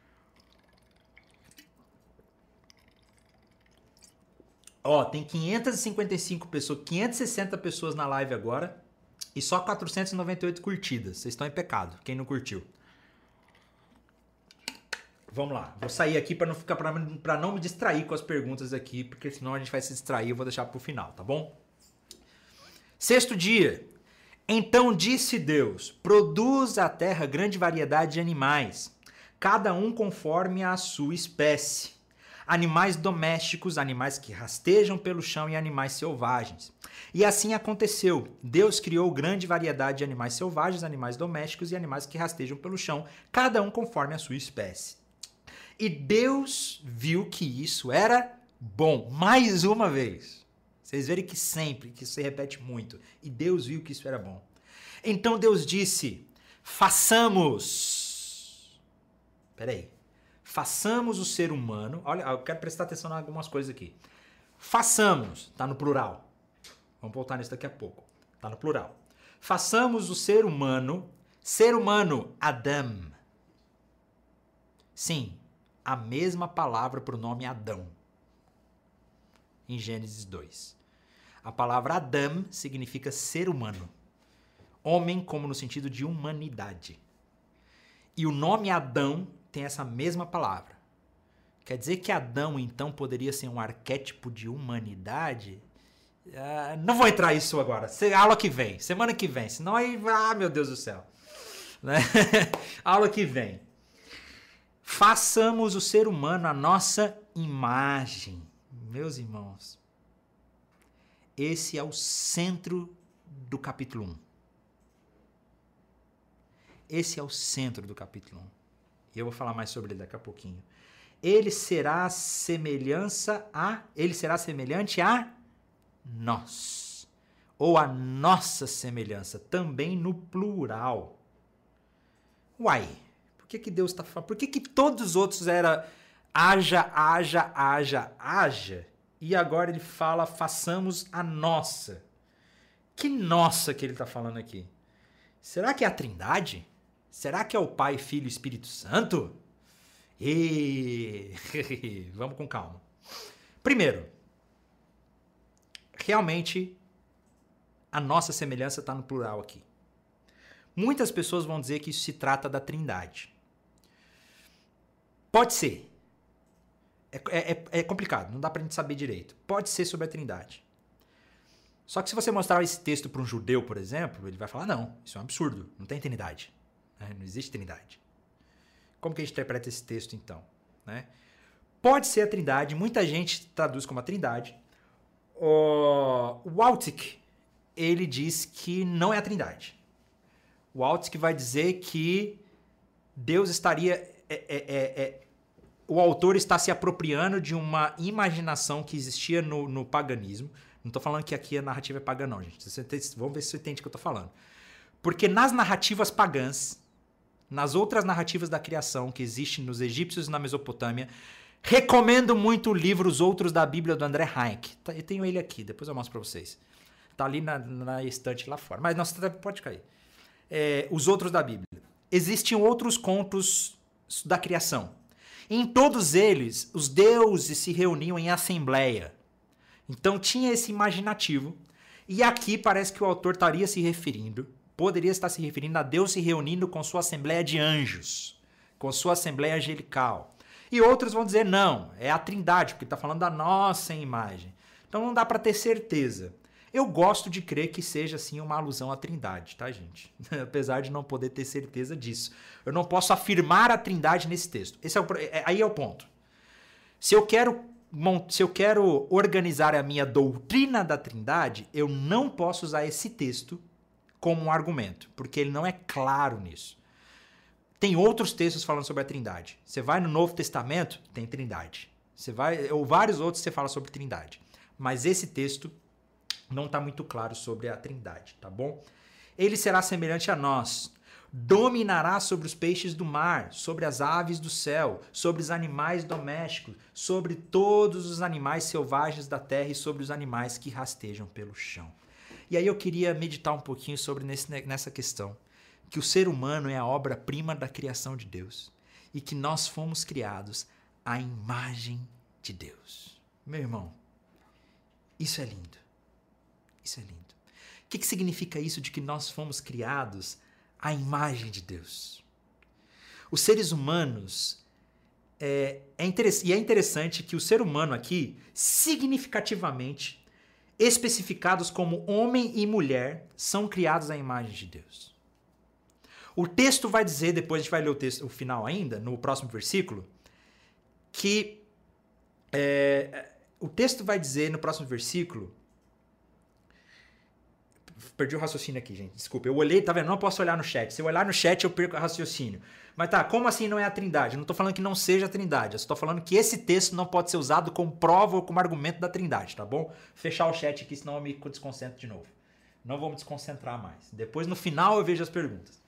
A: Ó, tem quinhentas e cinquenta e cinco pessoas, quinhentas e sessenta pessoas na live agora e só quatrocentas e noventa e oito curtidas. Vocês estão em pecado, quem não curtiu. Vamos lá, vou sair aqui para não ficar para não me distrair com as perguntas aqui, porque senão a gente vai se distrair, eu vou deixar para o final, tá bom? Sexto dia. Então disse Deus: produz a terra grande variedade de animais, cada um conforme a sua espécie. Animais domésticos, animais que rastejam pelo chão e animais selvagens. E assim aconteceu. Deus criou grande variedade de animais selvagens, animais domésticos e animais que rastejam pelo chão, cada um conforme a sua espécie. E Deus viu que isso era bom. Mais uma vez. Vocês verem que sempre, que isso se repete muito. E Deus viu que isso era bom. Então Deus disse: façamos. Peraí. Façamos o ser humano. Olha, eu quero prestar atenção em algumas coisas aqui. Façamos, tá no plural. Vamos voltar nisso daqui a pouco. Tá no plural. Façamos o ser humano, ser humano, Adam. Sim, a mesma palavra para o nome Adão. Em Gênesis dois. A palavra Adam significa ser humano. Homem como no sentido de humanidade. E o nome Adão tem essa mesma palavra. Quer dizer que Adão, então, poderia ser um arquétipo de humanidade? Uh, não vou entrar nisso agora. Aula que vem, semana que vem. Senão aí, ah, meu Deus do céu. Né? Aula que vem. Façamos o ser humano a nossa imagem. Meus irmãos, esse é o centro do capítulo um. Esse é o centro do capítulo um. E eu vou falar mais sobre ele daqui a pouquinho. Ele será semelhança a, ele será semelhante a nós, ou a nossa semelhança, também no plural. Uai, por que que Deus está falando? Por que que todos os outros era haja, haja, haja, haja, e agora ele fala façamos a nossa? Que nossa que ele está falando aqui? Será que é a Trindade? Será que é o Pai, Filho e Espírito Santo? E... Vamos com calma. Primeiro, realmente a nossa semelhança está no plural aqui. Muitas pessoas vão dizer que isso se trata da Trindade. Pode ser. É, é, é complicado, não dá pra gente saber direito. Pode ser sobre a Trindade. Só que se você mostrar esse texto para um judeu, por exemplo, ele vai falar, não, isso é um absurdo, não tem Trindade. Né? Não existe Trindade. Como que a gente interpreta esse texto, então? Né? Pode ser a Trindade, muita gente traduz como a Trindade. O Waltzik, ele diz que não é a Trindade. O Waltzik vai dizer que Deus estaria... É, é, é, é, o autor está se apropriando de uma imaginação que existia no, no paganismo. Não estou falando que aqui a narrativa é pagã, não, gente. Vamos ver se você entende o que eu estou falando. Porque nas narrativas pagãs, nas outras narrativas da criação que existem nos egípcios e na Mesopotâmia, recomendo muito o livro Os Outros da Bíblia, do André Heinck. Eu tenho ele aqui, depois eu mostro para vocês. Está ali na, na estante lá fora. Mas não, você pode cair. É, Os Outros da Bíblia. Existem outros contos da criação. Em todos eles, os deuses se reuniam em assembleia. Então tinha esse imaginativo. E aqui parece que o autor estaria se referindo, poderia estar se referindo a Deus se reunindo com sua assembleia de anjos. com sua assembleia angelical. E outros vão dizer, não, é a Trindade, porque está falando da nossa imagem. Então não dá para ter certeza. Eu gosto de crer que seja, assim, uma alusão à Trindade, tá, gente? Apesar de não poder ter certeza disso. Eu não posso afirmar a Trindade nesse texto. Esse é o, é, aí é o ponto. Se eu quero, se eu quero organizar a minha doutrina da Trindade, eu não posso usar esse texto como um argumento, porque ele não é claro nisso. Tem outros textos falando sobre a Trindade. Você vai no Novo Testamento, tem Trindade. Você vai, ou vários outros você fala sobre Trindade. Mas esse texto não está muito claro sobre a Trindade, tá bom? Ele será semelhante a nós. Dominará sobre os peixes do mar, sobre as aves do céu, sobre os animais domésticos, sobre todos os animais selvagens da terra e sobre os animais que rastejam pelo chão. E aí eu queria meditar um pouquinho sobre nesse, nessa questão. Que o ser humano é a obra-prima da criação de Deus e que nós fomos criados à imagem de Deus. Meu irmão, isso é lindo. Isso é lindo. O que, que significa isso de que nós fomos criados à imagem de Deus? Os seres humanos, é, é interess- e é interessante que o ser humano aqui, significativamente, especificados como homem e mulher, são criados à imagem de Deus. O texto vai dizer, depois a gente vai ler o, texto, o final ainda, no próximo versículo, que é, o texto vai dizer no próximo versículo. Perdi o raciocínio aqui, gente. Desculpa. Eu olhei, tá vendo? Não posso olhar no chat. Se eu olhar no chat, eu perco o raciocínio. Mas tá, como assim não é a Trindade? Eu não tô falando que não seja a Trindade. Eu só tô falando que esse texto não pode ser usado como prova ou como argumento da Trindade, tá bom? Vou fechar o chat aqui, senão eu me desconcentro de novo. Não vou me desconcentrar mais. Depois, no final, eu vejo as perguntas.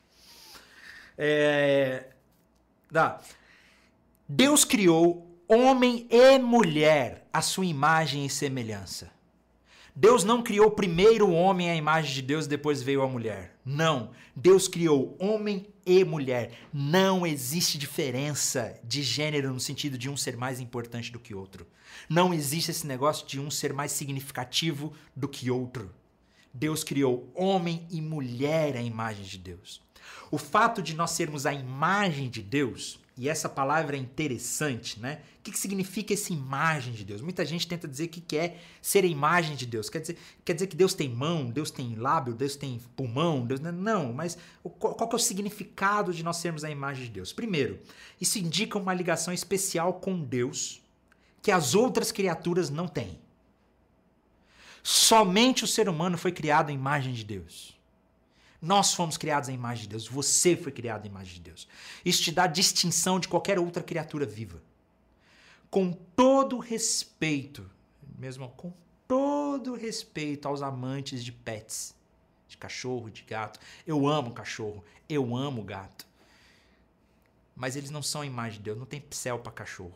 A: É... Dá. Deus criou homem e mulher à sua imagem e semelhança. Deus não criou primeiro o homem à imagem de Deus e depois veio a mulher. Não. Deus criou homem e mulher. Não existe diferença de gênero no sentido de um ser mais importante do que outro. Não existe esse negócio de um ser mais significativo do que outro. Deus criou homem e mulher à imagem de Deus. O fato de nós sermos a imagem de Deus, e essa palavra é interessante, né? O que, que significa essa imagem de Deus? Muita gente tenta dizer que quer ser a imagem de Deus. Quer dizer, quer dizer que Deus tem mão, Deus tem lábio, Deus tem pulmão. Deus... Não, mas qual, qual que é o significado de nós sermos a imagem de Deus? Primeiro, isso indica uma ligação especial com Deus que as outras criaturas não têm. Somente o ser humano foi criado à imagem de Deus. Nós fomos criados à imagem de Deus. Você foi criado à imagem de Deus. Isso te dá distinção de qualquer outra criatura viva. Com todo respeito, mesmo com todo respeito aos amantes de pets, de cachorro, de gato. Eu amo cachorro, eu amo gato. Mas eles não são a imagem de Deus, não tem céu para cachorro.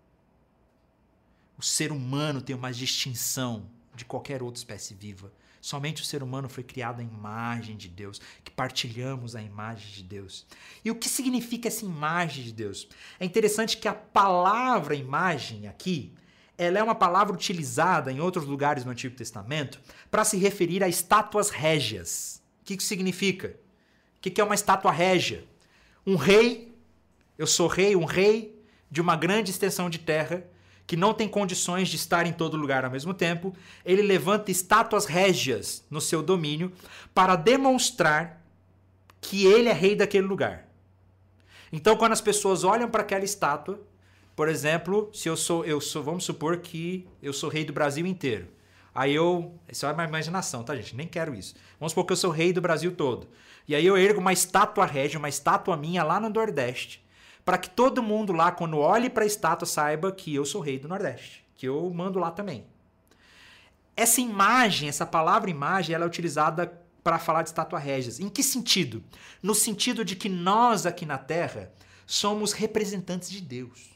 A: O ser humano tem uma distinção de qualquer outra espécie viva. Somente o ser humano foi criado à imagem de Deus, que partilhamos a imagem de Deus. E o que significa essa imagem de Deus? É interessante que a palavra imagem aqui, ela é uma palavra utilizada em outros lugares no Antigo Testamento para se referir a estátuas régias. O que isso significa? O que é uma estátua régia? Um rei, eu sou rei, um rei de uma grande extensão de terra, que não tem condições de estar em todo lugar ao mesmo tempo, ele levanta estátuas régias no seu domínio para demonstrar que ele é rei daquele lugar. Então, quando as pessoas olham para aquela estátua, por exemplo, se eu sou, eu sou, vamos supor que eu sou rei do Brasil inteiro. Aí eu, isso é uma imaginação, tá, gente? Nem quero isso. Vamos supor que eu sou rei do Brasil todo. E aí eu ergo uma estátua régia, uma estátua minha lá no Nordeste, para que todo mundo lá, quando olhe para a estátua, saiba que eu sou rei do Nordeste, que eu mando lá também. Essa imagem, essa palavra imagem, ela é utilizada para falar de estátua régias. Em que sentido? No sentido de que nós aqui na Terra somos representantes de Deus.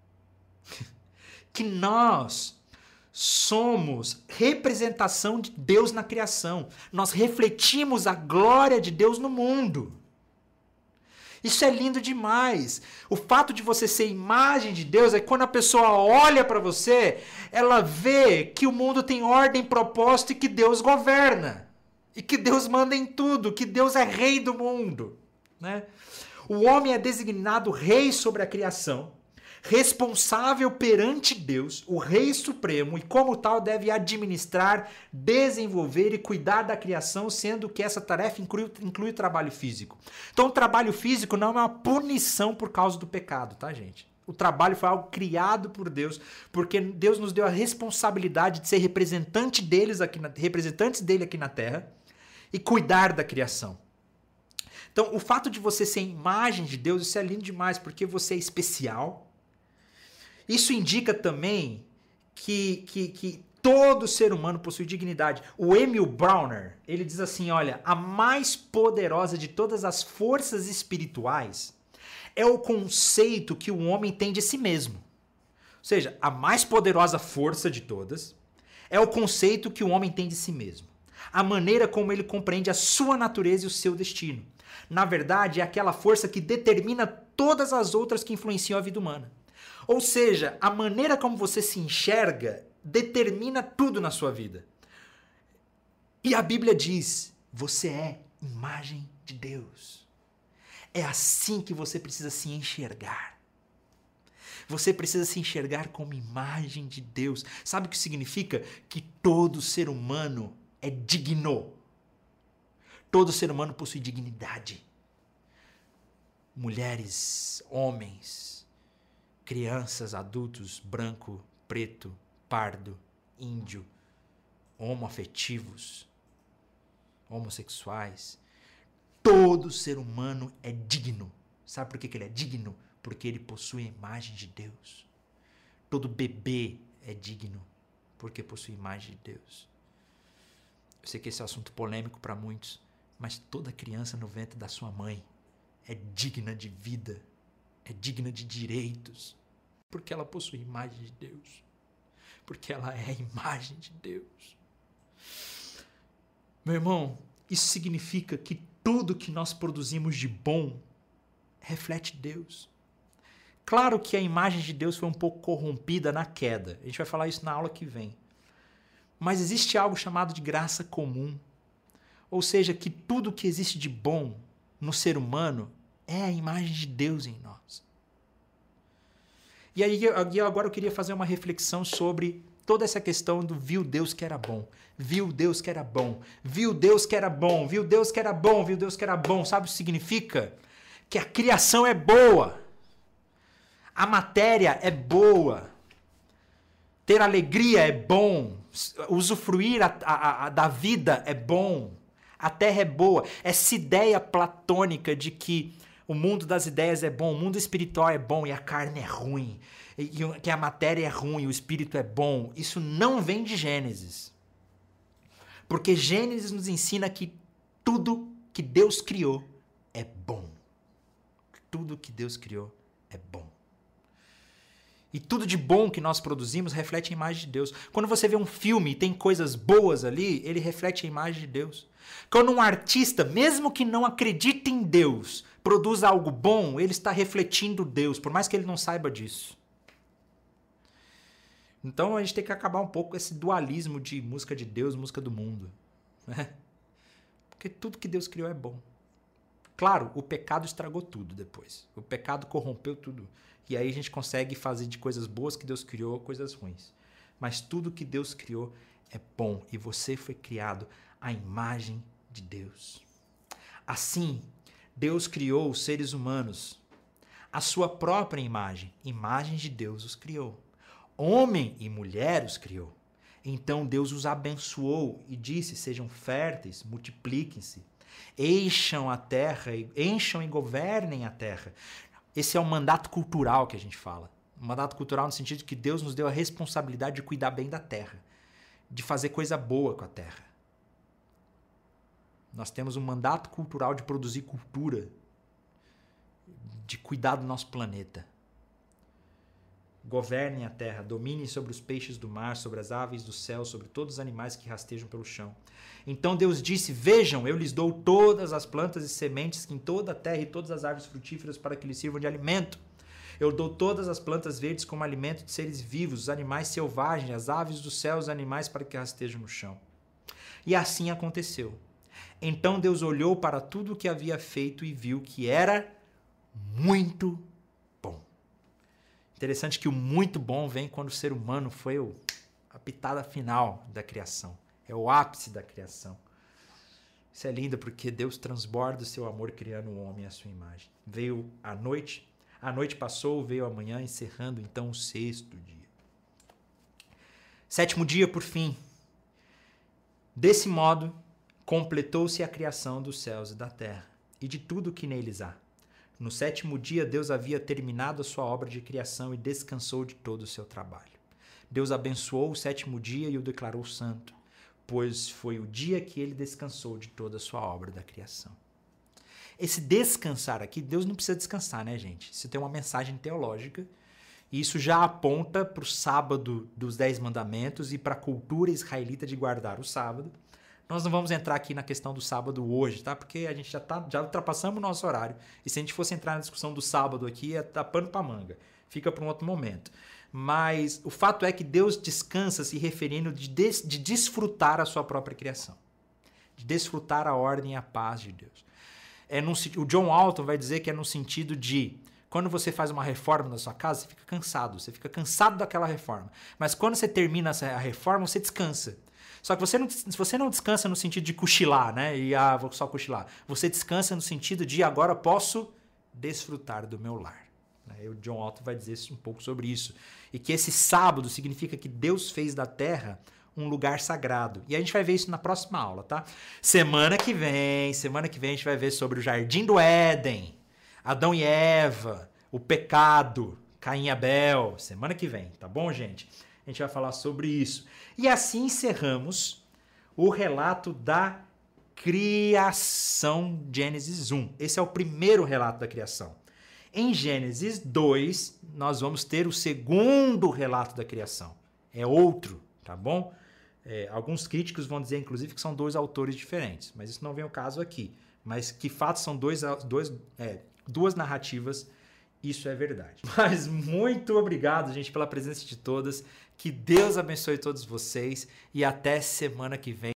A: Que nós somos representação de Deus na criação. Nós refletimos a glória de Deus no mundo. Isso é lindo demais. O fato de você ser imagem de Deus é que quando a pessoa olha para você, ela vê que o mundo tem ordem, propósito e que Deus governa. E que Deus manda em tudo, que Deus é rei do mundo, né? O homem é designado rei sobre a criação, responsável perante Deus, o Rei Supremo, e como tal deve administrar, desenvolver e cuidar da criação, sendo que essa tarefa inclui, inclui o trabalho físico. Então o trabalho físico não é uma punição por causa do pecado, tá, gente? O trabalho foi algo criado por Deus, porque Deus nos deu a responsabilidade de ser representante deles aqui na, representantes dele aqui na Terra e cuidar da criação. Então, o fato de você ser imagem de Deus, isso é lindo demais, porque você é especial. Isso indica também que, que, que todo ser humano possui dignidade. O Emil Browner, ele diz assim, olha, a mais poderosa de todas as forças espirituais é o conceito que o homem tem de si mesmo. Ou seja, a mais poderosa força de todas é o conceito que o homem tem de si mesmo. A maneira como ele compreende a sua natureza e o seu destino. Na verdade, é aquela força que determina todas as outras que influenciam a vida humana. Ou seja, a maneira como você se enxerga determina tudo na sua vida. E a Bíblia diz, você é imagem de Deus. É assim que você precisa se enxergar. Você precisa se enxergar como imagem de Deus. Sabe o que significa? Que todo ser humano é digno. Todo ser humano possui dignidade. Mulheres, homens, crianças, adultos, branco, preto, pardo, índio, homoafetivos, homossexuais. Todo ser humano é digno. Sabe por que ele é digno? Porque ele possui a imagem de Deus. Todo bebê é digno porque possui a imagem de Deus. Eu sei que esse é um assunto polêmico para muitos, mas toda criança no ventre da sua mãe é digna de vida, é digna de direitos, porque ela possui a imagem de Deus, porque ela é a imagem de Deus. Meu irmão, isso significa que tudo que nós produzimos de bom reflete Deus. Claro que a imagem de Deus foi um pouco corrompida na queda, a gente vai falar isso na aula que vem. Mas existe algo chamado de graça comum, ou seja, que tudo que existe de bom no ser humano é a imagem de Deus em nós. E aí agora eu queria fazer uma reflexão sobre toda essa questão do viu Deus que era bom, viu Deus que era bom, viu Deus que era bom, viu Deus que era bom, viu Deus que era bom. Sabe o que significa? Que a criação é boa, a matéria é boa, ter alegria é bom, usufruir a, a, a, da vida é bom, a terra é boa. Essa ideia platônica de que o mundo das ideias é bom, o mundo espiritual é bom e a carne é ruim, e que a matéria é ruim, o espírito é bom, isso não vem de Gênesis. Porque Gênesis nos ensina que tudo que Deus criou é bom. Tudo que Deus criou é bom. E tudo de bom que nós produzimos reflete a imagem de Deus. Quando você vê um filme e tem coisas boas ali, ele reflete a imagem de Deus. Quando um artista, mesmo que não acredite em Deus, produz algo bom, ele está refletindo Deus, por mais que ele não saiba disso. Então a gente tem que acabar um pouco com esse dualismo de música de Deus, música do mundo. Né? Porque tudo que Deus criou é bom. Claro, o pecado estragou tudo depois. O pecado corrompeu tudo. E aí a gente consegue fazer de coisas boas que Deus criou, coisas ruins. Mas tudo que Deus criou é bom. E você foi criado à imagem de Deus. Assim, Deus criou os seres humanos à sua própria imagem. Imagem de Deus os criou. Homem e mulher os criou. Então Deus os abençoou e disse, sejam férteis, multipliquem-se, encham a terra, encham e governem a terra. Esse é o mandato cultural que a gente fala. Um mandato cultural no sentido de que Deus nos deu a responsabilidade de cuidar bem da terra, de fazer coisa boa com a terra. Nós temos um mandato cultural de produzir cultura, de cuidar do nosso planeta. Governem a terra, dominem sobre os peixes do mar, sobre as aves do céu, sobre todos os animais que rastejam pelo chão. Então Deus disse, vejam, eu lhes dou todas as plantas e sementes em toda a terra e todas as árvores frutíferas para que lhes sirvam de alimento. Eu dou todas as plantas verdes como alimento de seres vivos, os animais selvagens, as aves do céu, os animais para que rastejam no chão. E assim aconteceu. Então Deus olhou para tudo o que havia feito e viu que era muito bom. Interessante que o muito bom vem quando o ser humano foi o, a pitada final da criação. É o ápice da criação. Isso é lindo porque Deus transborda o seu amor criando o homem à sua imagem. Veio a noite, a noite passou, veio a manhã, encerrando então o sexto dia. Sétimo dia, por fim. Desse modo, completou-se a criação dos céus e da terra, e de tudo o que neles há. No sétimo dia, Deus havia terminado a sua obra de criação e descansou de todo o seu trabalho. Deus abençoou o sétimo dia e o declarou santo, pois foi o dia que ele descansou de toda a sua obra da criação. Esse descansar aqui, Deus não precisa descansar, né, gente? Isso tem uma mensagem teológica. E isso já aponta para o sábado dos Dez Mandamentos e para a cultura israelita de guardar o sábado. Nós não vamos entrar aqui na questão do sábado hoje, tá? Porque a gente já, tá, já ultrapassamos o nosso horário. E se a gente fosse entrar na discussão do sábado aqui, é tá pano para manga. Fica para um outro momento. Mas o fato é que Deus descansa se referindo de, des, de desfrutar a sua própria criação. De desfrutar a ordem e a paz de Deus. É no, o John Alton vai dizer que é no sentido de... Quando você faz uma reforma na sua casa, você fica cansado. Você fica cansado daquela reforma. Mas quando você termina essa reforma, você descansa. Só que você não, você não descansa no sentido de cochilar, né? E ah, vou só cochilar. Você descansa no sentido de agora posso desfrutar do meu lar. E o John Alton vai dizer um pouco sobre isso. E que esse sábado significa que Deus fez da terra um lugar sagrado. E a gente vai ver isso na próxima aula, tá? Semana que vem, semana que vem a gente vai ver sobre o Jardim do Éden. Adão e Eva, o pecado, Caim e Abel, semana que vem, tá bom, gente? A gente vai falar sobre isso. E assim encerramos o relato da criação, Gênesis um. Esse é o primeiro relato da criação. Em Gênesis dois, nós vamos ter o segundo relato da criação. É outro, tá bom? É, alguns críticos vão dizer, inclusive, que são dois autores diferentes, mas isso não vem ao caso aqui. Mas que fato são dois... dois é, duas narrativas, isso é verdade. Mas muito obrigado, gente, pela presença de todas. Que Deus abençoe todos vocês e até semana que vem.